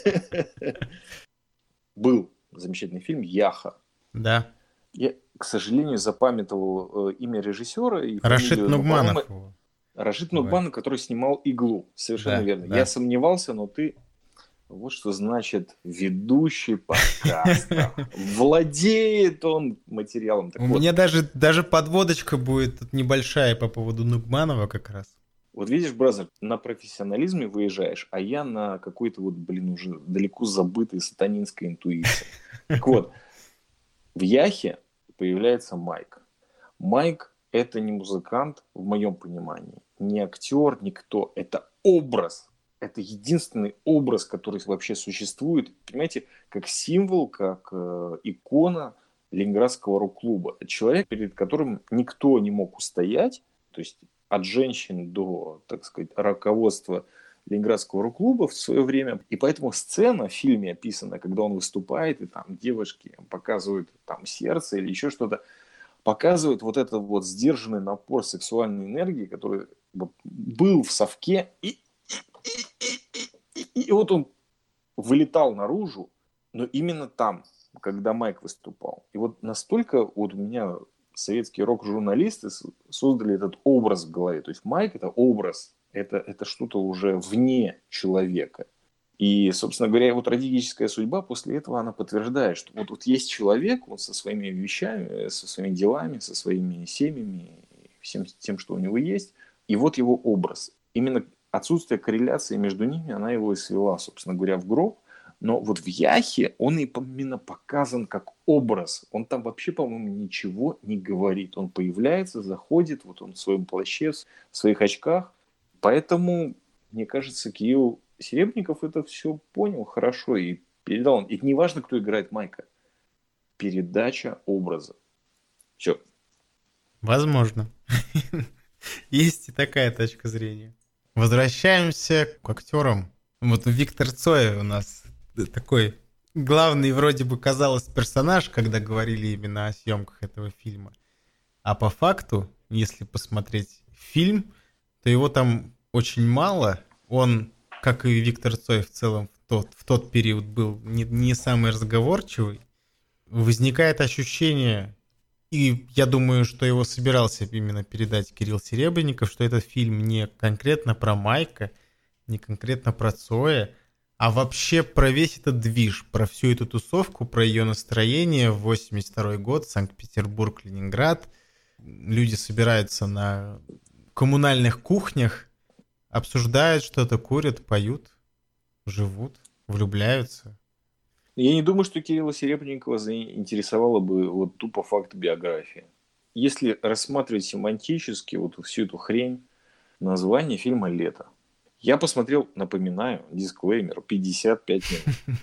Был замечательный фильм «Яха». Да. Я, к сожалению, запамятовал имя режиссера и Рашид фамилию, но, Нугманов. по-моему, Рашид Бывает. Нугманов, который снимал «Иглу». Совершенно Да, верно. да. Я сомневался, но ты... Вот что значит ведущий подкаста. Владеет он материалом. Так У вот, меня даже подводочка будет тут небольшая по поводу Нугманова как раз. вот видишь, бразер, на профессионализме выезжаешь, а я на какой-то вот, уже далеко забытой сатанинской интуиции. Так вот, в Яхе появляется Майк. Майк – это не музыкант, в моем понимании, не актер, никто. Это образ. Это единственный образ, который вообще существует. Понимаете, как символ, как икона Ленинградского рок-клуба. Это человек, перед которым никто не мог устоять. То есть от женщин до, так сказать, руководства Ленинградского рок-клуба в свое время. И поэтому сцена в фильме описана, когда он выступает, и там девушки показывают там сердце или еще что-то, показывают вот этот вот сдержанный напор сексуальной энергии, который вот был в совке, и вот он вылетал наружу, но именно там, когда Майк выступал. И вот настолько вот у меня советские рок-журналисты создали этот образ в голове. То есть Майк – это образ, это что-то уже вне человека. И, собственно говоря, его трагическая судьба после этого, она подтверждает, что вот есть человек, он со своими вещами, со своими делами, со своими семьями, всем тем, что у него есть, и вот его образ. Именно отсутствие корреляции между ними, она его и свела, собственно говоря, в гроб. Но вот в Яхе он именно показан как образ. Он там вообще, по-моему, ничего не говорит. Он появляется, заходит, вот он в своем плаще, в своих очках. Поэтому, мне кажется, Кирилл Серебренников это все понял хорошо и передал. И не важно, кто играет Майка. Передача образа. Все. Возможно. Есть и такая точка зрения. Возвращаемся к актерам. Вот Виктор Цой у нас такой главный вроде бы казалось персонаж, когда говорили именно о съемках этого фильма. А по факту, если посмотреть фильм, то его там очень мало. Он, как и Виктор Цой в целом в тот период был не самый разговорчивый. Возникает ощущение, и я думаю, что его собирался именно передать Кирилл Серебренников, что этот фильм не конкретно про Майка, не конкретно про Цоя, а вообще про весь этот движ, про всю эту тусовку, про ее настроение в 82 год, Санкт-Петербург, Ленинград. Люди собираются на коммунальных кухнях, обсуждают что-то, курят, поют, живут, влюбляются. Я не думаю, что Кирилла Серебренникова заинтересовало бы вот тупо факт биографии. Если рассматривать семантически вот всю эту хрень, название фильма «Лето». Я посмотрел, напоминаю, дисклеймер, 55 минут.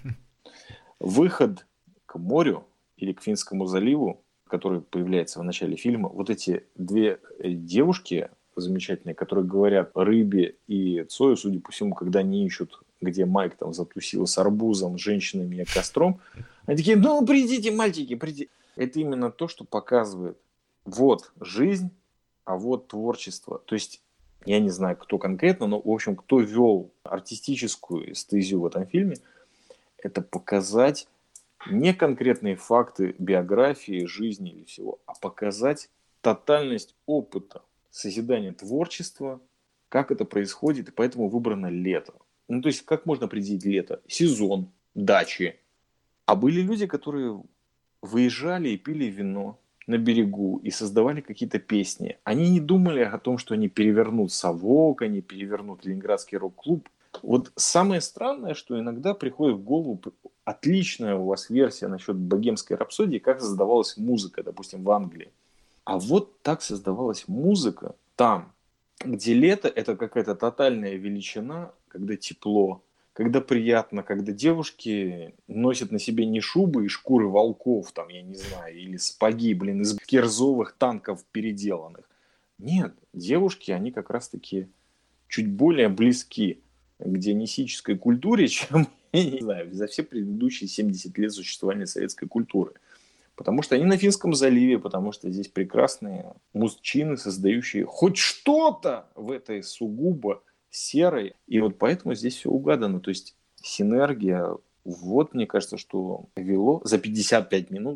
Выход к морю или к Финскому заливу, который появляется в начале фильма, вот эти две девушки замечательные, которые говорят Рыбе и Цою, судя по всему, когда они ищут, где Майк там затусил с арбузом, с женщинами и костром, они такие: ну, придите, мальчики, придите. Это именно то, что показывает вот жизнь, а вот творчество. То есть я не знаю, кто конкретно, но, в общем, кто вел артистическую стезю в этом фильме, это показать не конкретные факты биографии, жизни или всего, а показать тотальность опыта созидания творчества, как это происходит, и поэтому выбрано лето. Ну, то есть, как можно определить лето? Сезон. дачи. А были люди, которые выезжали и пили вино на берегу и создавали какие-то песни. Они не думали о том, что они перевернут совок, они перевернут Ленинградский рок-клуб. Вот самое странное, что иногда приходит в голову отличная у вас версия насчет богемской рапсодии, как создавалась музыка, допустим, в Англии. А вот так создавалась музыка там, где лето – это какая-то тотальная величина, когда тепло, когда приятно, когда девушки носят на себе не шубы и шкуры волков, там, я не знаю, или сапоги, из кирзовых танков переделанных. Нет, девушки, они как раз-таки чуть более близки к дионисической культуре, чем, я не знаю, за все предыдущие 70 лет существования советской культуры. Потому что они на Финском заливе, потому что здесь прекрасные мужчины, создающие хоть что-то в этой сугубо серой. И вот поэтому здесь все угадано. То есть синергия, вот мне кажется, что вело за 55 минут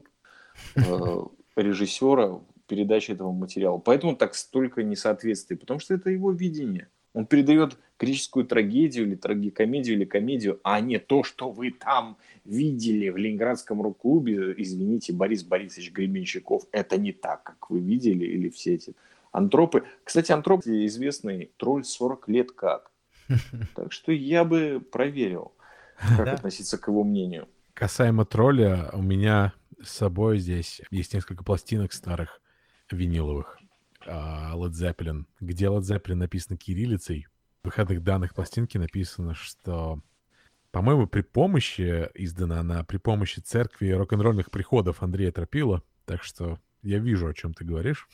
режиссера передачи этого материала. Поэтому так столько несоответствий, потому что это его видение. Он передает греческую трагедию или трагикомедию или комедию, а не то, что вы там видели в Ленинградском рок-клубе. Извините, Борис Борисович Гребенщиков, это не так, как вы видели, или все эти антропы. Кстати, антроп известный тролль 40 лет как. Так что я бы проверил, как относиться к его мнению. Касаемо тролля, у меня с собой здесь есть несколько пластинок старых виниловых. Led Zeppelin, где Led Zeppelin написано кириллицей. В выходных данных пластинки написано, что, по-моему, издана она при помощи церкви рок-н-ролльных приходов Андрея Тропила. Так что я вижу, о чем ты говоришь.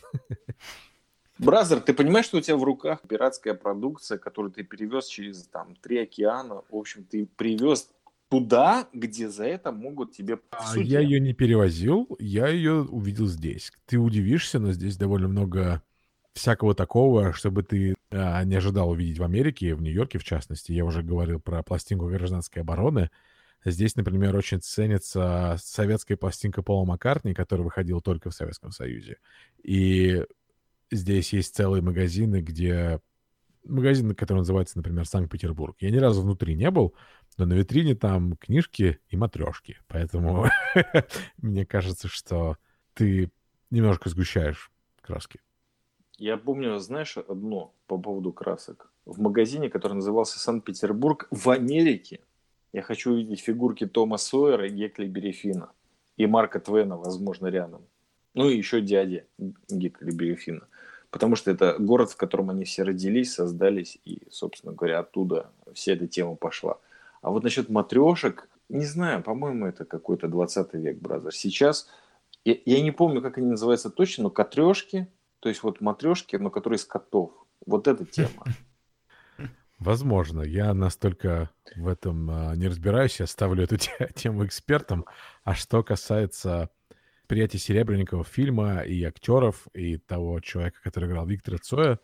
Бразер, ты понимаешь, что у тебя в руках пиратская продукция, которую ты перевез через 3 океана? В общем, ты привез туда, где за это могут тебе судить. Я ее не перевозил, я ее увидел здесь. Ты удивишься, но здесь довольно много всякого такого, чтобы ты не ожидал увидеть в Америке, в Нью-Йорке в частности. Я уже говорил про пластинку гражданской обороны. Здесь, например, очень ценится советская пластинка Пола Маккартни, которая выходила только в Советском Союзе. И здесь есть целые магазины, магазин, который называется, например, Санкт-Петербург. Я ни разу внутри не был, но на витрине там книжки и матрешки. Поэтому мне кажется, что ты немножко сгущаешь краски. Я помню, знаешь, одно по поводу красок. В магазине, который назывался Санкт-Петербург, в Америке, я хочу увидеть фигурки Тома Сойера и Геклибери Финна. И Марка Твена, возможно, рядом. Ну и еще дяди Геклибери Финна. Потому что это город, в котором они все родились, создались, и, собственно говоря, оттуда вся эта тема пошла. А вот насчет матрешек, не знаю, по-моему, это какой-то 20 век, бразер. Сейчас, я не помню, как они называются точно, но катрешки, то есть вот матрешки, но которые из котов. Вот эта тема. Возможно. Я настолько в этом не разбираюсь, я ставлю эту тему экспертам. А что касается приятия Серебренникова фильма и актеров, и того человека, который играл Виктора Цоя,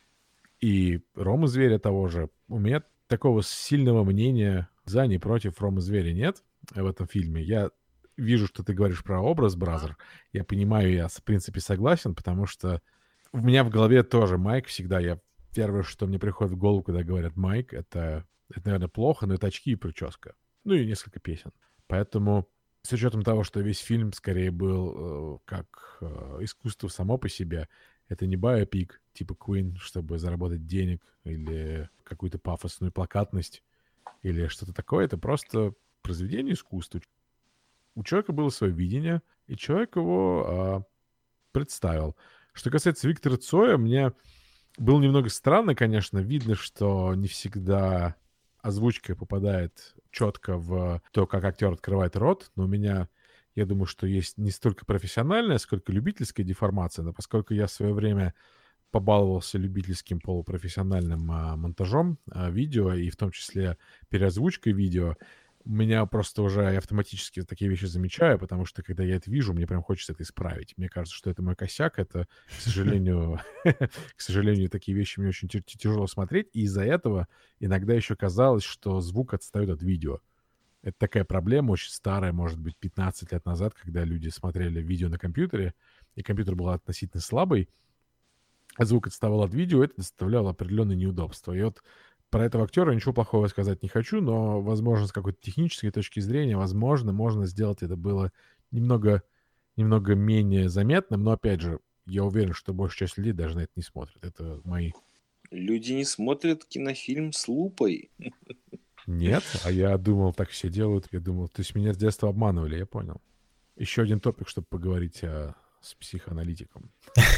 и Ромы Зверя того же, у меня такого сильного мнения за, не против Ромы Зверя нет в этом фильме. Я вижу, что ты говоришь про образ, бразер. Я понимаю, я в принципе согласен, потому что у меня в голове тоже Майк всегда. Первое, что мне приходит в голову, когда говорят Майк, это, наверное, плохо, но это очки и прическа. Ну и несколько песен. Поэтому с учетом того, что весь фильм скорее был как искусство само по себе, это не биопик типа Queen, чтобы заработать денег или какую-то пафосную плакатность или что-то такое. Это просто произведение искусства. У человека было свое видение, и человек его представил. Что касается Виктора Цоя, мне было немного странно, конечно. Видно, что не всегда озвучка попадает четко в то, как актер открывает рот. Но у меня, я думаю, что есть не столько профессиональная, сколько любительская деформация. Но поскольку я в свое время побаловался любительским полупрофессиональным монтажом видео, и в том числе переозвучкой видео, у меня просто уже автоматически такие вещи замечаю, потому что, когда я это вижу, мне прям хочется это исправить. Мне кажется, что это мой косяк. Это, к сожалению, такие вещи мне очень тяжело смотреть. И из-за этого иногда еще казалось, что звук отстает от видео. Это такая проблема очень старая, может быть, 15 лет назад, когда люди смотрели видео на компьютере, и компьютер был относительно слабый, а звук отставал от видео, это доставляло определенные неудобства. И вот про этого актера ничего плохого сказать не хочу, но, возможно, с какой-то технической точки зрения, возможно, можно сделать это было немного менее заметным, но, опять же, я уверен, что большая часть людей даже на это не смотрит. Это мои... Люди не смотрят кинофильм с лупой. Нет, а я думал, так все делают. Я думал, то есть меня с детства обманывали, я понял. Еще один топик, чтобы поговорить с психоаналитиком.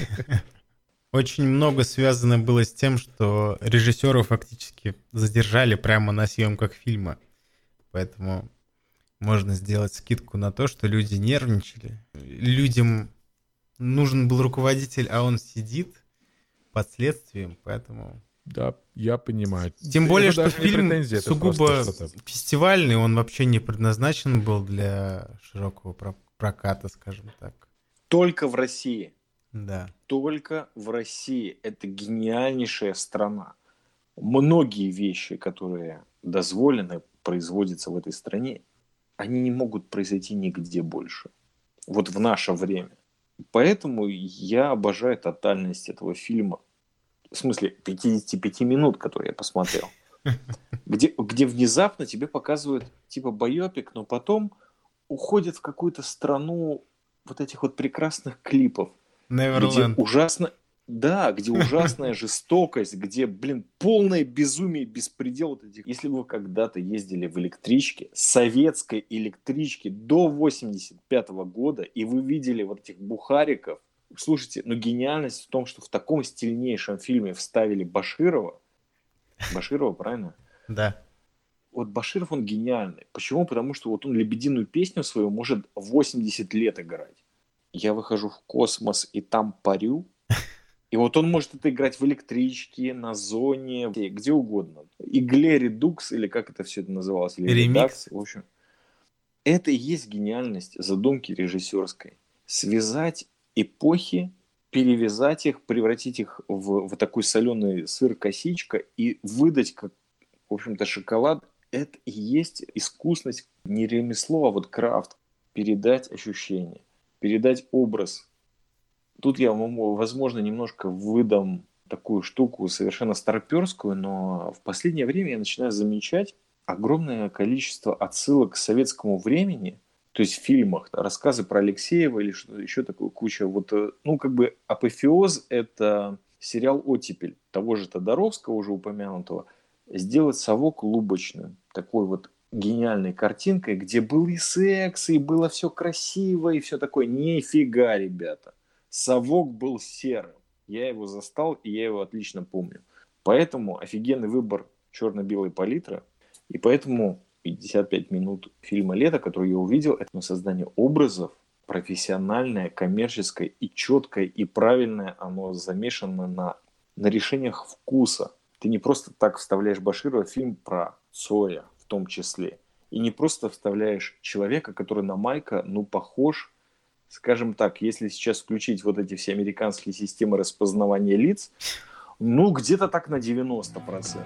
Очень много связано было с тем, что режиссеров фактически задержали прямо на съемках фильма. Поэтому можно сделать скидку на то, что люди нервничали. Людям нужен был руководитель, а он сидит под следствием, поэтому... Да, я понимаю. Тем более, Это что даже не фильм претензия, это сугубо просто что-то. фестивальный, он вообще не предназначен был для широкого проката, скажем так. Только в России. Да. Только в России. Это гениальнейшая страна. Многие вещи, которые дозволены, производятся в этой стране, они не могут произойти нигде больше. Вот в наше время. Поэтому я обожаю тотальность этого фильма. В смысле, 55 минут, которые я посмотрел. Где внезапно тебе показывают типа байопик, но потом уходят в какую-то страну вот этих вот прекрасных клипов. Neverland. Где ужасно... Да, где ужасная жестокость, где, полное безумие, беспредел вот этих. Если вы когда-то ездили в электричке, советской электричке до 85 года, и вы видели вот этих бухариков, слушайте, гениальность в том, что в таком стильнейшем фильме вставили Баширова. Баширова, правильно? Да. Вот Баширов, он гениальный. Почему? Потому что вот он лебединую песню свою может 80 лет играть. Я выхожу в космос и там парю. И вот он может это играть в электричке, на зоне, где угодно. Игле Редукс, или как это все это называлось? Или Ремикс. Redux, в общем. Это и есть гениальность задумки режиссерской. Связать эпохи, перевязать их, превратить их в такой соленый сыр-косичка и выдать как, в общем-то, шоколад. Это и есть искусность, не ремесло, а вот крафт. Передать ощущение, передать образ. Тут я вам, возможно, немножко выдам такую штуку совершенно старперскую, но в последнее время я начинаю замечать огромное количество отсылок к советскому времени, то есть в фильмах, рассказы про Алексеева или что-то еще такое, куча. Вот, апофеоз – это сериал «Оттепель» того же Тодоровского, уже упомянутого, сделать совок лубочным, такой вот гениальной картинкой, где был и секс, и было все красиво, и все такое. Нифига, ребята. Совок был серым. Я его застал, и я его отлично помню. Поэтому офигенный выбор черно-белой палитры. И поэтому 55 минут фильма «Лето», который я увидел, это создание образов, профессиональное, коммерческое и четкое, и правильное. Оно замешано на решениях вкуса. Ты не просто так вставляешь Баширова в фильм про Цоя в том числе. И не просто вставляешь человека, который на Майка, похож. Скажем так, если сейчас включить вот эти все американские системы распознавания лиц, где-то так на 90%.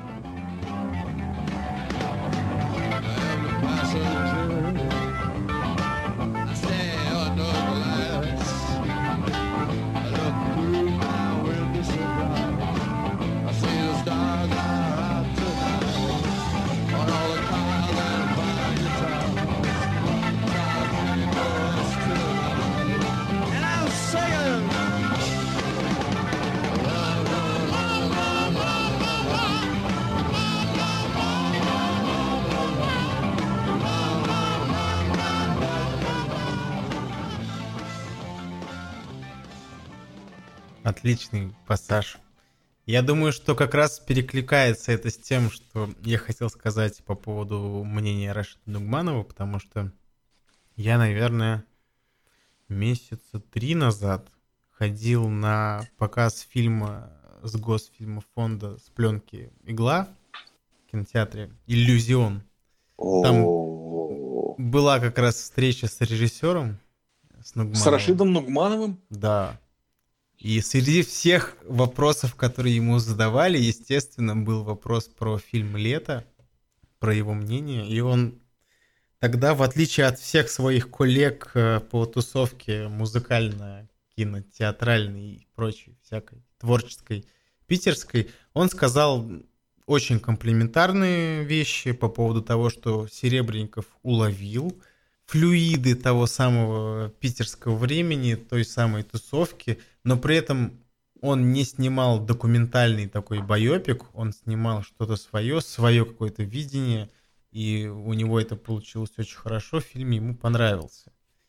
Отличный пассаж. Я думаю, что как раз перекликается это с тем, что я хотел сказать по поводу мнения Рашида Нугманова, потому что я, наверное, месяца 3 назад ходил на показ фильма с Госфильмофонда с пленки «Игла» в кинотеатре «Иллюзион». Там была как раз встреча с режиссером, с Нугмановым. С Рашидом Нугмановым? Да. И среди всех вопросов, которые ему задавали, естественно, был вопрос про фильм «Лето», про его мнение. И он тогда, в отличие от всех своих коллег по тусовке музыкальной, кинотеатральной и прочей всякой творческой питерской, он сказал очень комплиментарные вещи по поводу того, что Серебренников уловил флюиды того самого питерского времени, той самой тусовки, но при этом он не снимал документальный такой байопик, он снимал что-то свое какое-то видение, и у него это получилось очень хорошо, фильм ему понравился.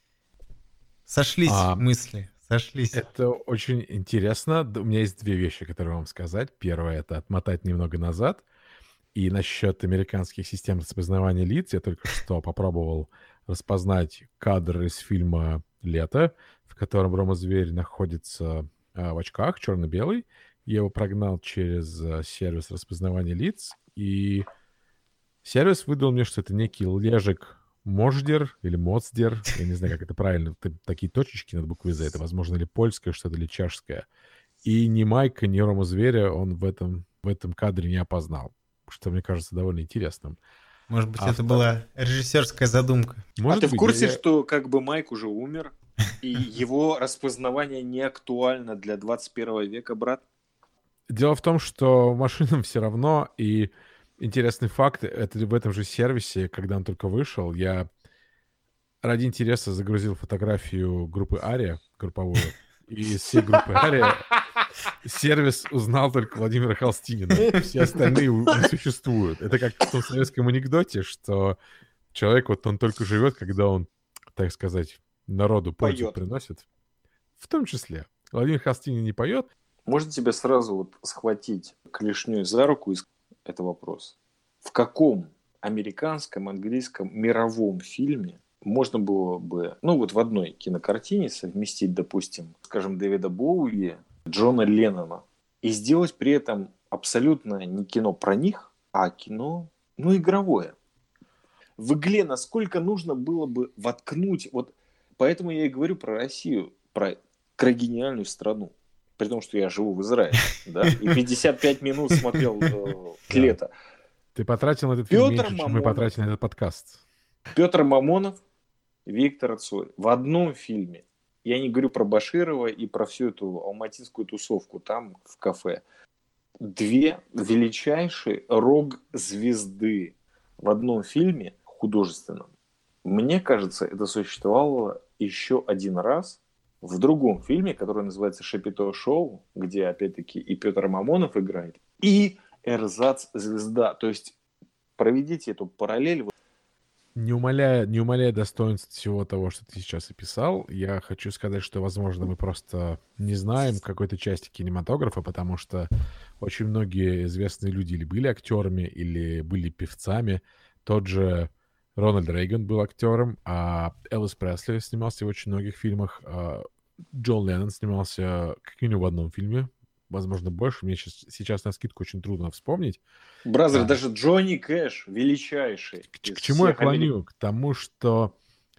Сошлись мысли, сошлись. Это очень интересно. У меня есть две вещи, которые вам сказать. Первое — это отмотать немного назад. И насчет американских систем распознавания лиц я только что попробовал распознать кадр из фильма «Лето», в котором Рома Зверь находится в очках, черно-белый. Я его прогнал через сервис распознавания лиц, и сервис выдал мне, что это некий Лежик Мождер или Моцдер, я не знаю, как это правильно, такие точечки над буквой «З», это, возможно, ли польское что-то, или чешское. И ни Майка, ни Рома Зверя он в этом кадре не опознал, что мне кажется довольно интересным. Может быть, это была режиссерская задумка. А ты в курсе, что как бы Майк уже умер, и его распознавание не актуально для 21 века, брат? Дело в том, что машинам все равно, и интересный факт, это в этом же сервисе, когда он только вышел, я ради интереса загрузил фотографию группы Ария, групповую, и из всей группы Ария сервис узнал только Владимира Холстинина. Все остальные не существуют. Это как в том советском анекдоте, что человек, вот он только живет, когда он, так сказать, народу пользу приносит. В том числе. Владимир Холстинин не поет. Можно тебя сразу вот схватить клешней за руку и это вопрос. В каком американском, английском, мировом фильме можно было бы, ну вот в одной кинокартине совместить, допустим, скажем, Дэвида Боуи, Джона Леннона, и сделать при этом абсолютно не кино про них, а кино, ну, игровое. В игле насколько нужно было бы воткнуть, вот поэтому я и говорю про Россию, про гениальную страну. При том, что я живу в Израиле, да, и 55 минут смотрел «Лето». Ты потратил на этот фильм меньше, чем мы потратили на этот подкаст. Петр Мамонов, Виктор Цой. В одном фильме. Я не говорю про Баширова и про всю эту алматинскую тусовку там, в кафе. Две величайшие рок-звезды в одном фильме художественном. Мне кажется, это существовало еще один раз в другом фильме, который называется «Шапито Шоу», где, опять-таки, и Петр Мамонов играет, и Эрзац-звезда. То есть проведите эту параллель. Не умаляя достоинств всего того, что ты сейчас описал, я хочу сказать, что, возможно, мы просто не знаем какой-то части кинематографа, потому что очень многие известные люди или были актерами, или были певцами. Тот же Рональд Рейган был актером, а Элвис Пресли снимался в очень многих фильмах. Джон Леннон снимался как минимум в одном фильме, возможно, больше. Мне сейчас навскидку очень трудно вспомнить. Бразер, даже Джонни Кэш величайший. К чему я клоню? К тому, что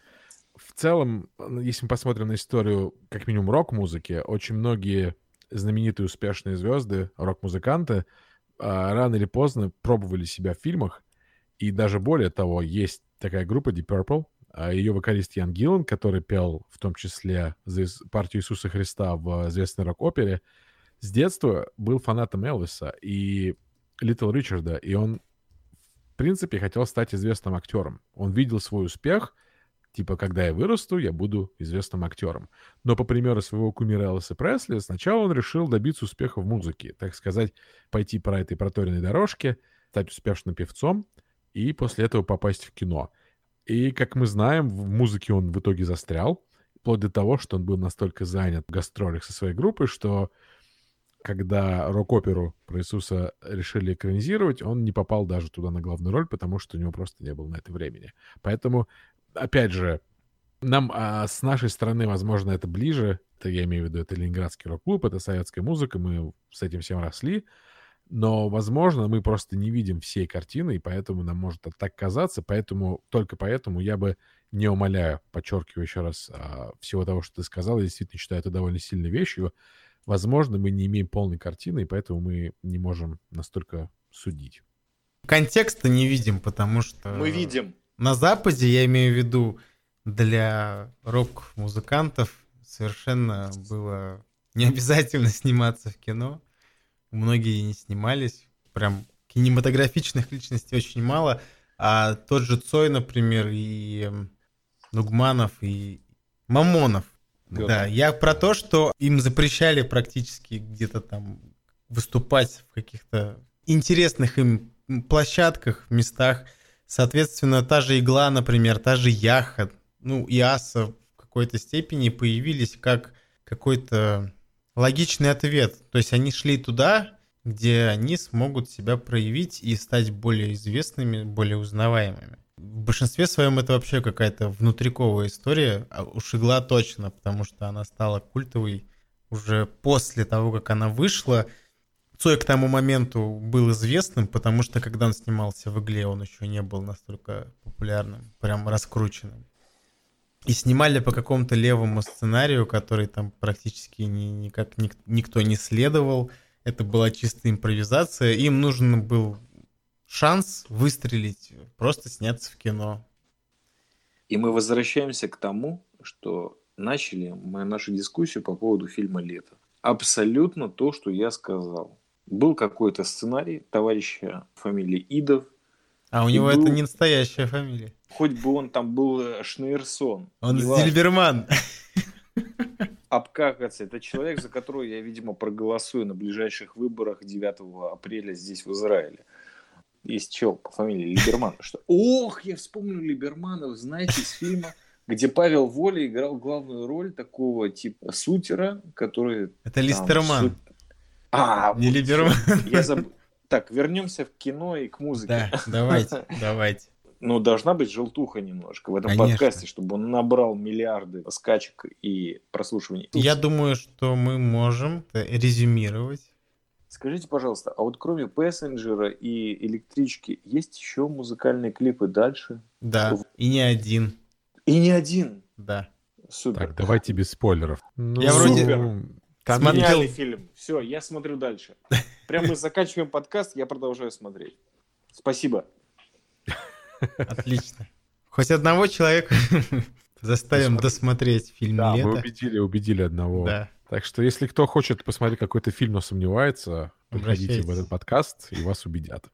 в целом, если мы посмотрим на историю как минимум рок-музыки, очень многие знаменитые успешные звезды, рок-музыканты, рано или поздно пробовали себя в фильмах. И даже более того, есть такая группа Deep Purple, ее вокалист Ян Гиллан, который пел в том числе партию Иисуса Христа в известной рок-опере, с детства был фанатом Элвиса и Литл Ричарда, и он, в принципе, хотел стать известным актером. Он видел свой успех, типа, когда я вырасту, я буду известным актером. Но по примеру своего кумира Элвиса Пресли, сначала он решил добиться успеха в музыке, так сказать, пойти по этой проторенной дорожке, стать успешным певцом и после этого попасть в кино. И, как мы знаем, в музыке он в итоге застрял, вплоть до того, что он был настолько занят в гастролях со своей группой, что когда рок-оперу про Иисуса решили экранизировать, он не попал даже туда на главную роль, потому что у него просто не было на это времени. Поэтому, опять же, нам с нашей стороны, возможно, это ближе. Это, я имею в виду, это Ленинградский рок-клуб, это советская музыка, мы с этим всем росли. Но, возможно, мы просто не видим всей картины, и поэтому нам может так казаться. Поэтому, только поэтому я бы не умаляю, подчеркиваю еще раз, всего того, что ты сказал. Я действительно считаю это довольно сильной вещью. Возможно, мы не имеем полной картины, и поэтому мы не можем настолько судить. Контекста не видим, потому что... Мы видим. На Западе, я имею в виду, для рок-музыкантов совершенно было не обязательно сниматься в кино. Многие не снимались. Прям кинематографичных личностей очень мало, а тот же Цой, например, и Нугманов, и Мамонов. Пётр. Да, я про то, что им запрещали практически где-то там выступать в каких-то интересных им площадках, местах. Соответственно, та же Игла, например, та же Яха, ну, и Аса в какой-то степени появились как какой-то логичный ответ. То есть они шли туда, где они смогут себя проявить и стать более известными, более узнаваемыми. В большинстве своем это вообще какая-то внутриковая история, а уж Игла точно, потому что она стала культовой уже после того, как она вышла. Цой к тому моменту был известным, потому что когда он снимался в «Игле», он еще не был настолько популярным, прям раскрученным. И снимали по какому-то левому сценарию, который там практически никак никто не следовал. Это была чистая импровизация. Им нужен был шанс выстрелить, просто сняться в кино. И мы возвращаемся к тому, что начали мы нашу дискуссию по поводу фильма «Лето». Абсолютно то, что я сказал. Был какой-то сценарий товарища фамилии Идов. А у И него был- это не настоящая фамилия. Хоть бы он там был Шнейрсон. Он неважно. Зильберман. Обкакаться. Это человек, за которого я, видимо, проголосую на ближайших выборах 9 апреля здесь, в Израиле. Есть чел по фамилии Либерман. Что? Ох, я вспомнил Либермана, знаете, из фильма, где Павел Воля играл главную роль такого типа сутера, который... Это Листерман, А, не вот Либерман. всё. Я забыл. Так, вернемся в кино и к музыке. Да, давайте. Но должна быть желтуха немножко в этом Конечно. подкасте, чтобы он набрал миллиарды скачек и прослушиваний. Я думаю, что мы можем резюмировать. Скажите, пожалуйста, а вот кроме «Пассенджера» и «Электрички» есть еще музыкальные клипы дальше? Да, и не один. И не один. Да. Супер. Так, давайте без спойлеров. Я вроде- Там Смотрел- Сняли фильм. Все, я смотрю дальше. Прям мы заканчиваем подкаст, я продолжаю смотреть. Спасибо. Отлично. Хоть одного человека заставим досмотреть фильм Да, мы «Лето». убедили одного. Да. Так что, если кто хочет посмотреть какой-то фильм, но сомневается, приходите в Обращайтесь. этот подкаст, и вас убедят.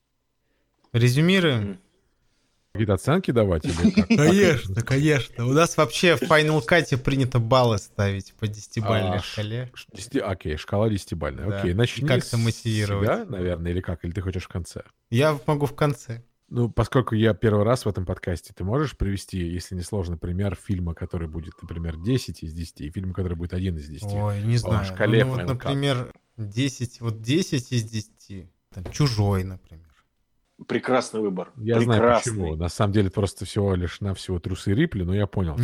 Резюмируем? Какие-то оценки давать? Или как? Конечно, конечно. У нас вообще в Final Cut принято баллы ставить по 10-бальной А, шкале. Окей, шкала 10-бальная. Да. Окей, начни И как-то с мотивировать. себя, наверное, или как? Или ты хочешь в конце? Я могу в конце. Ну, поскольку я первый раз в этом подкасте, ты можешь привести, если не сложно, пример фильма, который будет, например, 10 из 10, и фильма, который будет 1 из 10? Ой, не знаю. шкале Ну, вот, Final Cut. например, 10 из 10. Там, «Чужой», например. Прекрасный выбор. Я знаю Прекрасный. почему. На самом деле просто всего лишь навсего трусы Рипли, но я понял.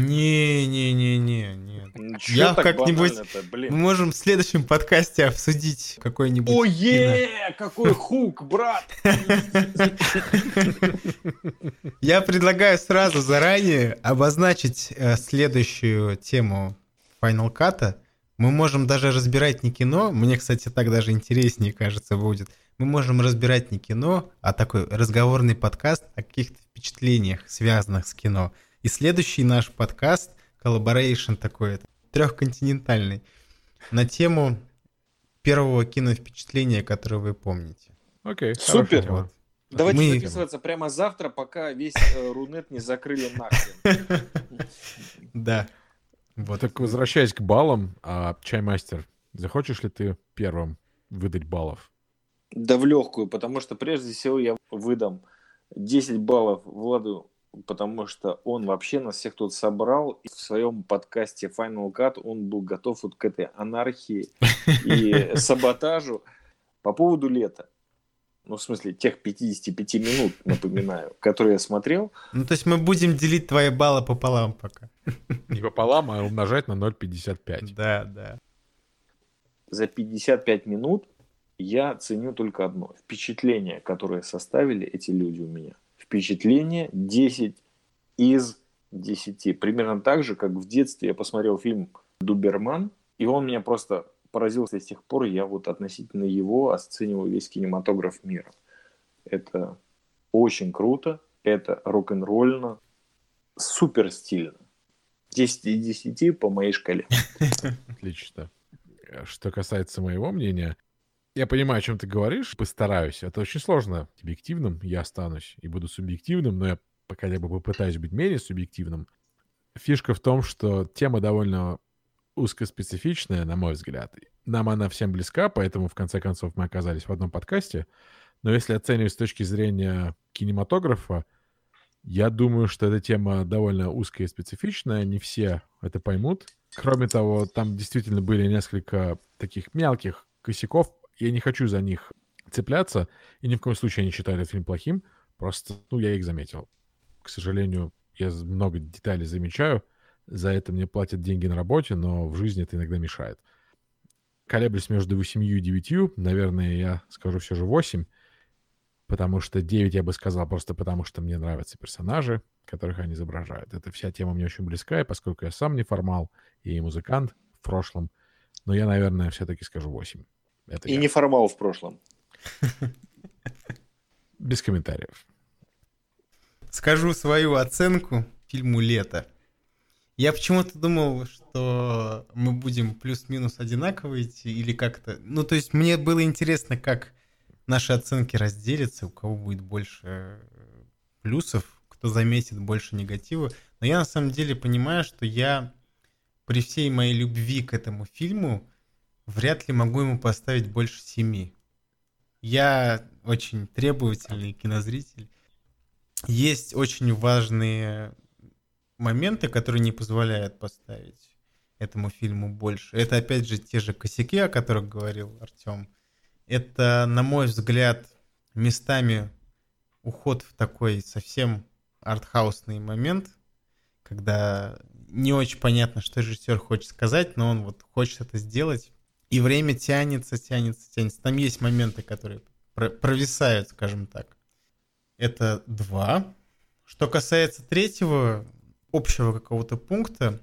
Не. Чё Я так как-нибудь- банально-то, Мы блин. можем в следующем подкасте обсудить какой-нибудь кино. Ое, какой хук, брат! Я предлагаю сразу заранее обозначить следующую тему Final Cut. Мы можем даже разбирать не кино. Мне, кстати, так даже интереснее, кажется, будет. Мы можем разбирать не кино, а такой разговорный подкаст о каких-то впечатлениях, связанных с кино. И следующий наш подкаст, коллаборейшн такой, трехконтинентальный, на тему первого киновпечатления, которое вы помните. Окей, Супер. хорошо. Вот. Давайте Мы- записываться прямо завтра, пока весь Рунет не закрыли нахрен. Да. Вот. Так, возвращаясь к баллам, Чаймастер, захочешь ли ты первым выдать баллов? Да в легкую, потому что прежде всего я выдам 10 баллов Владу, потому что он вообще нас всех тут собрал. И в своем подкасте Final Cut он был готов вот к этой анархии и саботажу по поводу «Лета». Ну, в смысле, тех 55 минут, напоминаю, которые я смотрел. Ну, то есть мы будем делить твои баллы пополам пока. Не пополам, а умножать на 0,55. Да. За 55 минут я ценю только одно. Впечатление, которое составили эти люди у меня. Впечатление 10 из 10. Примерно так же, как в детстве я посмотрел фильм «Дуберман», и он меня просто поразил. С тех пор я вот относительно его оцениваю весь кинематограф мира. Это очень круто, это рок-н-ролльно, супер стильно. 10 из 10 по моей шкале. Отлично. Что касается моего мнения, Я понимаю, о чем ты говоришь, постараюсь. Это очень сложно. Объективным я останусь и буду субъективным, но я пока я бы попытаюсь быть менее субъективным. Фишка в том, что тема довольно узкоспецифичная, на мой взгляд. Нам она всем близка, поэтому, в конце концов, мы оказались в одном подкасте. Но если оценивать с точки зрения кинематографа, я думаю, что эта тема довольно узкая и специфичная. Не все это поймут. Кроме того, там действительно были несколько таких мелких косяков. Я не хочу за них цепляться. И ни в коем случае я не считаю этот фильм плохим. Просто, я их заметил. К сожалению, я много деталей замечаю. За это мне платят деньги на работе, но в жизни это иногда мешает. Колеблюсь между 8 и 9. Наверное, я скажу все же 8. Потому что 9 я бы сказал просто потому, что мне нравятся персонажи, которых они изображают. Эта вся тема мне очень близка, и поскольку я сам неформал и музыкант в прошлом, но я, наверное, все-таки скажу 8. Это И я. неформал в прошлом. Без комментариев. Скажу свою оценку фильму «Лето». Я почему-то думал, что мы будем плюс-минус одинаково идти или как-то... то есть мне было интересно, как наши оценки разделятся, у кого будет больше плюсов, кто заметит больше негатива. Но я на самом деле понимаю, что я при всей моей любви к этому фильму вряд ли могу ему поставить больше 7. Я очень требовательный кинозритель. Есть очень важные моменты, которые не позволяют поставить этому фильму больше. Это, опять же, те же косяки, о которых говорил Артем. Это, на мой взгляд, местами уход в такой совсем артхаусный момент, когда не очень понятно, что режиссер хочет сказать, но он вот хочет это сделать. И время тянется. Там есть моменты, которые провисают, скажем так. Это 2. Что касается третьего, общего какого-то пункта,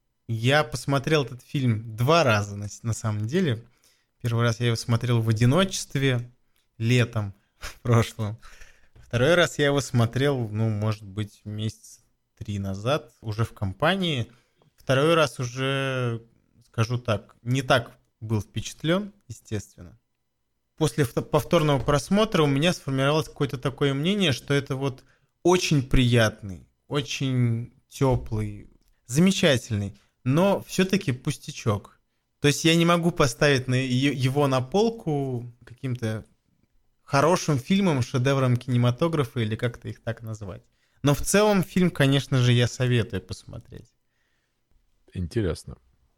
я посмотрел этот фильм 2 раза на самом деле. Первый раз я его смотрел в одиночестве летом в прошлом. Второй раз я его смотрел, может быть, месяца 3 назад, уже в компании. Второй раз уже, скажу так, не так был впечатлен, естественно. После повторного просмотра у меня сформировалось какое-то такое мнение, что это вот очень приятный, очень теплый, замечательный, но все-таки пустячок. То есть я не могу поставить его на полку каким-то хорошим фильмом, шедевром кинематографа или как-то их так назвать. Но в целом фильм, конечно же, я советую посмотреть. Интересно.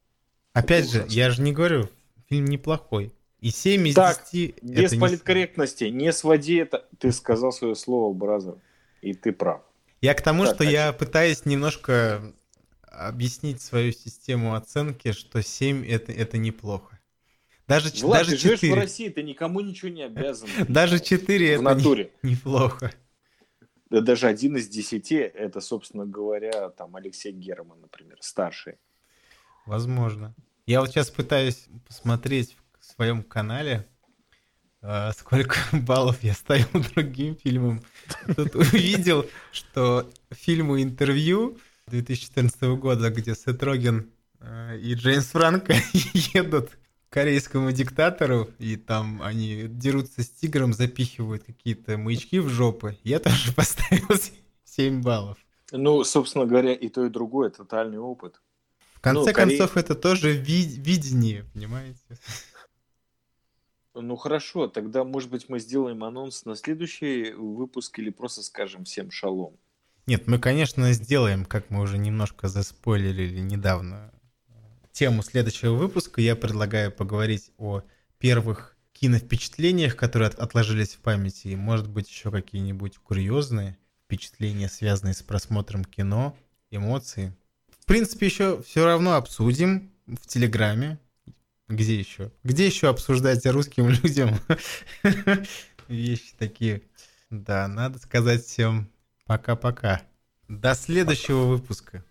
Опять же, я же не говорю, фильм неплохой. И 7 из Так, 10... без это политкорректности, не своди это. Ты сказал свое слово, бразер, и ты прав. Я к тому, Так, что я пытаюсь немножко объяснить свою систему оценки, что 7 это неплохо. Даже Влад, ты живешь 4. в России, ты никому ничего не обязан. Даже 4 в это натуре. неплохо. Да даже 1 из 10 это, собственно говоря, там Алексей Герман, например, старший. Возможно. Я вот сейчас пытаюсь посмотреть в своем канале, сколько баллов я ставил другим фильмам. Тут увидел, что фильму «Интервью» 2014 года, где Сет Роген и Джеймс Франко едут к корейскому диктатору, и там они дерутся с тигром, запихивают какие-то маячки в жопы, я тоже поставил 7 баллов. Собственно говоря, и то, и другое тотальный опыт. В конце концов, это тоже видение, понимаете? Хорошо, тогда, может быть, мы сделаем анонс на следующий выпуск или просто скажем всем шалом. Нет, мы, конечно, сделаем, как мы уже немножко заспойлерили недавно тему следующего выпуска. Я предлагаю поговорить о первых киновпечатлениях, которые отложились в памяти, и, может быть, еще какие-нибудь курьезные впечатления, связанные с просмотром кино, эмоции. В принципе, еще все равно обсудим в Телеграме. Где еще? Где еще обсуждать русским людям вещи такие? Да, надо сказать всем пока-пока. До следующего выпуска.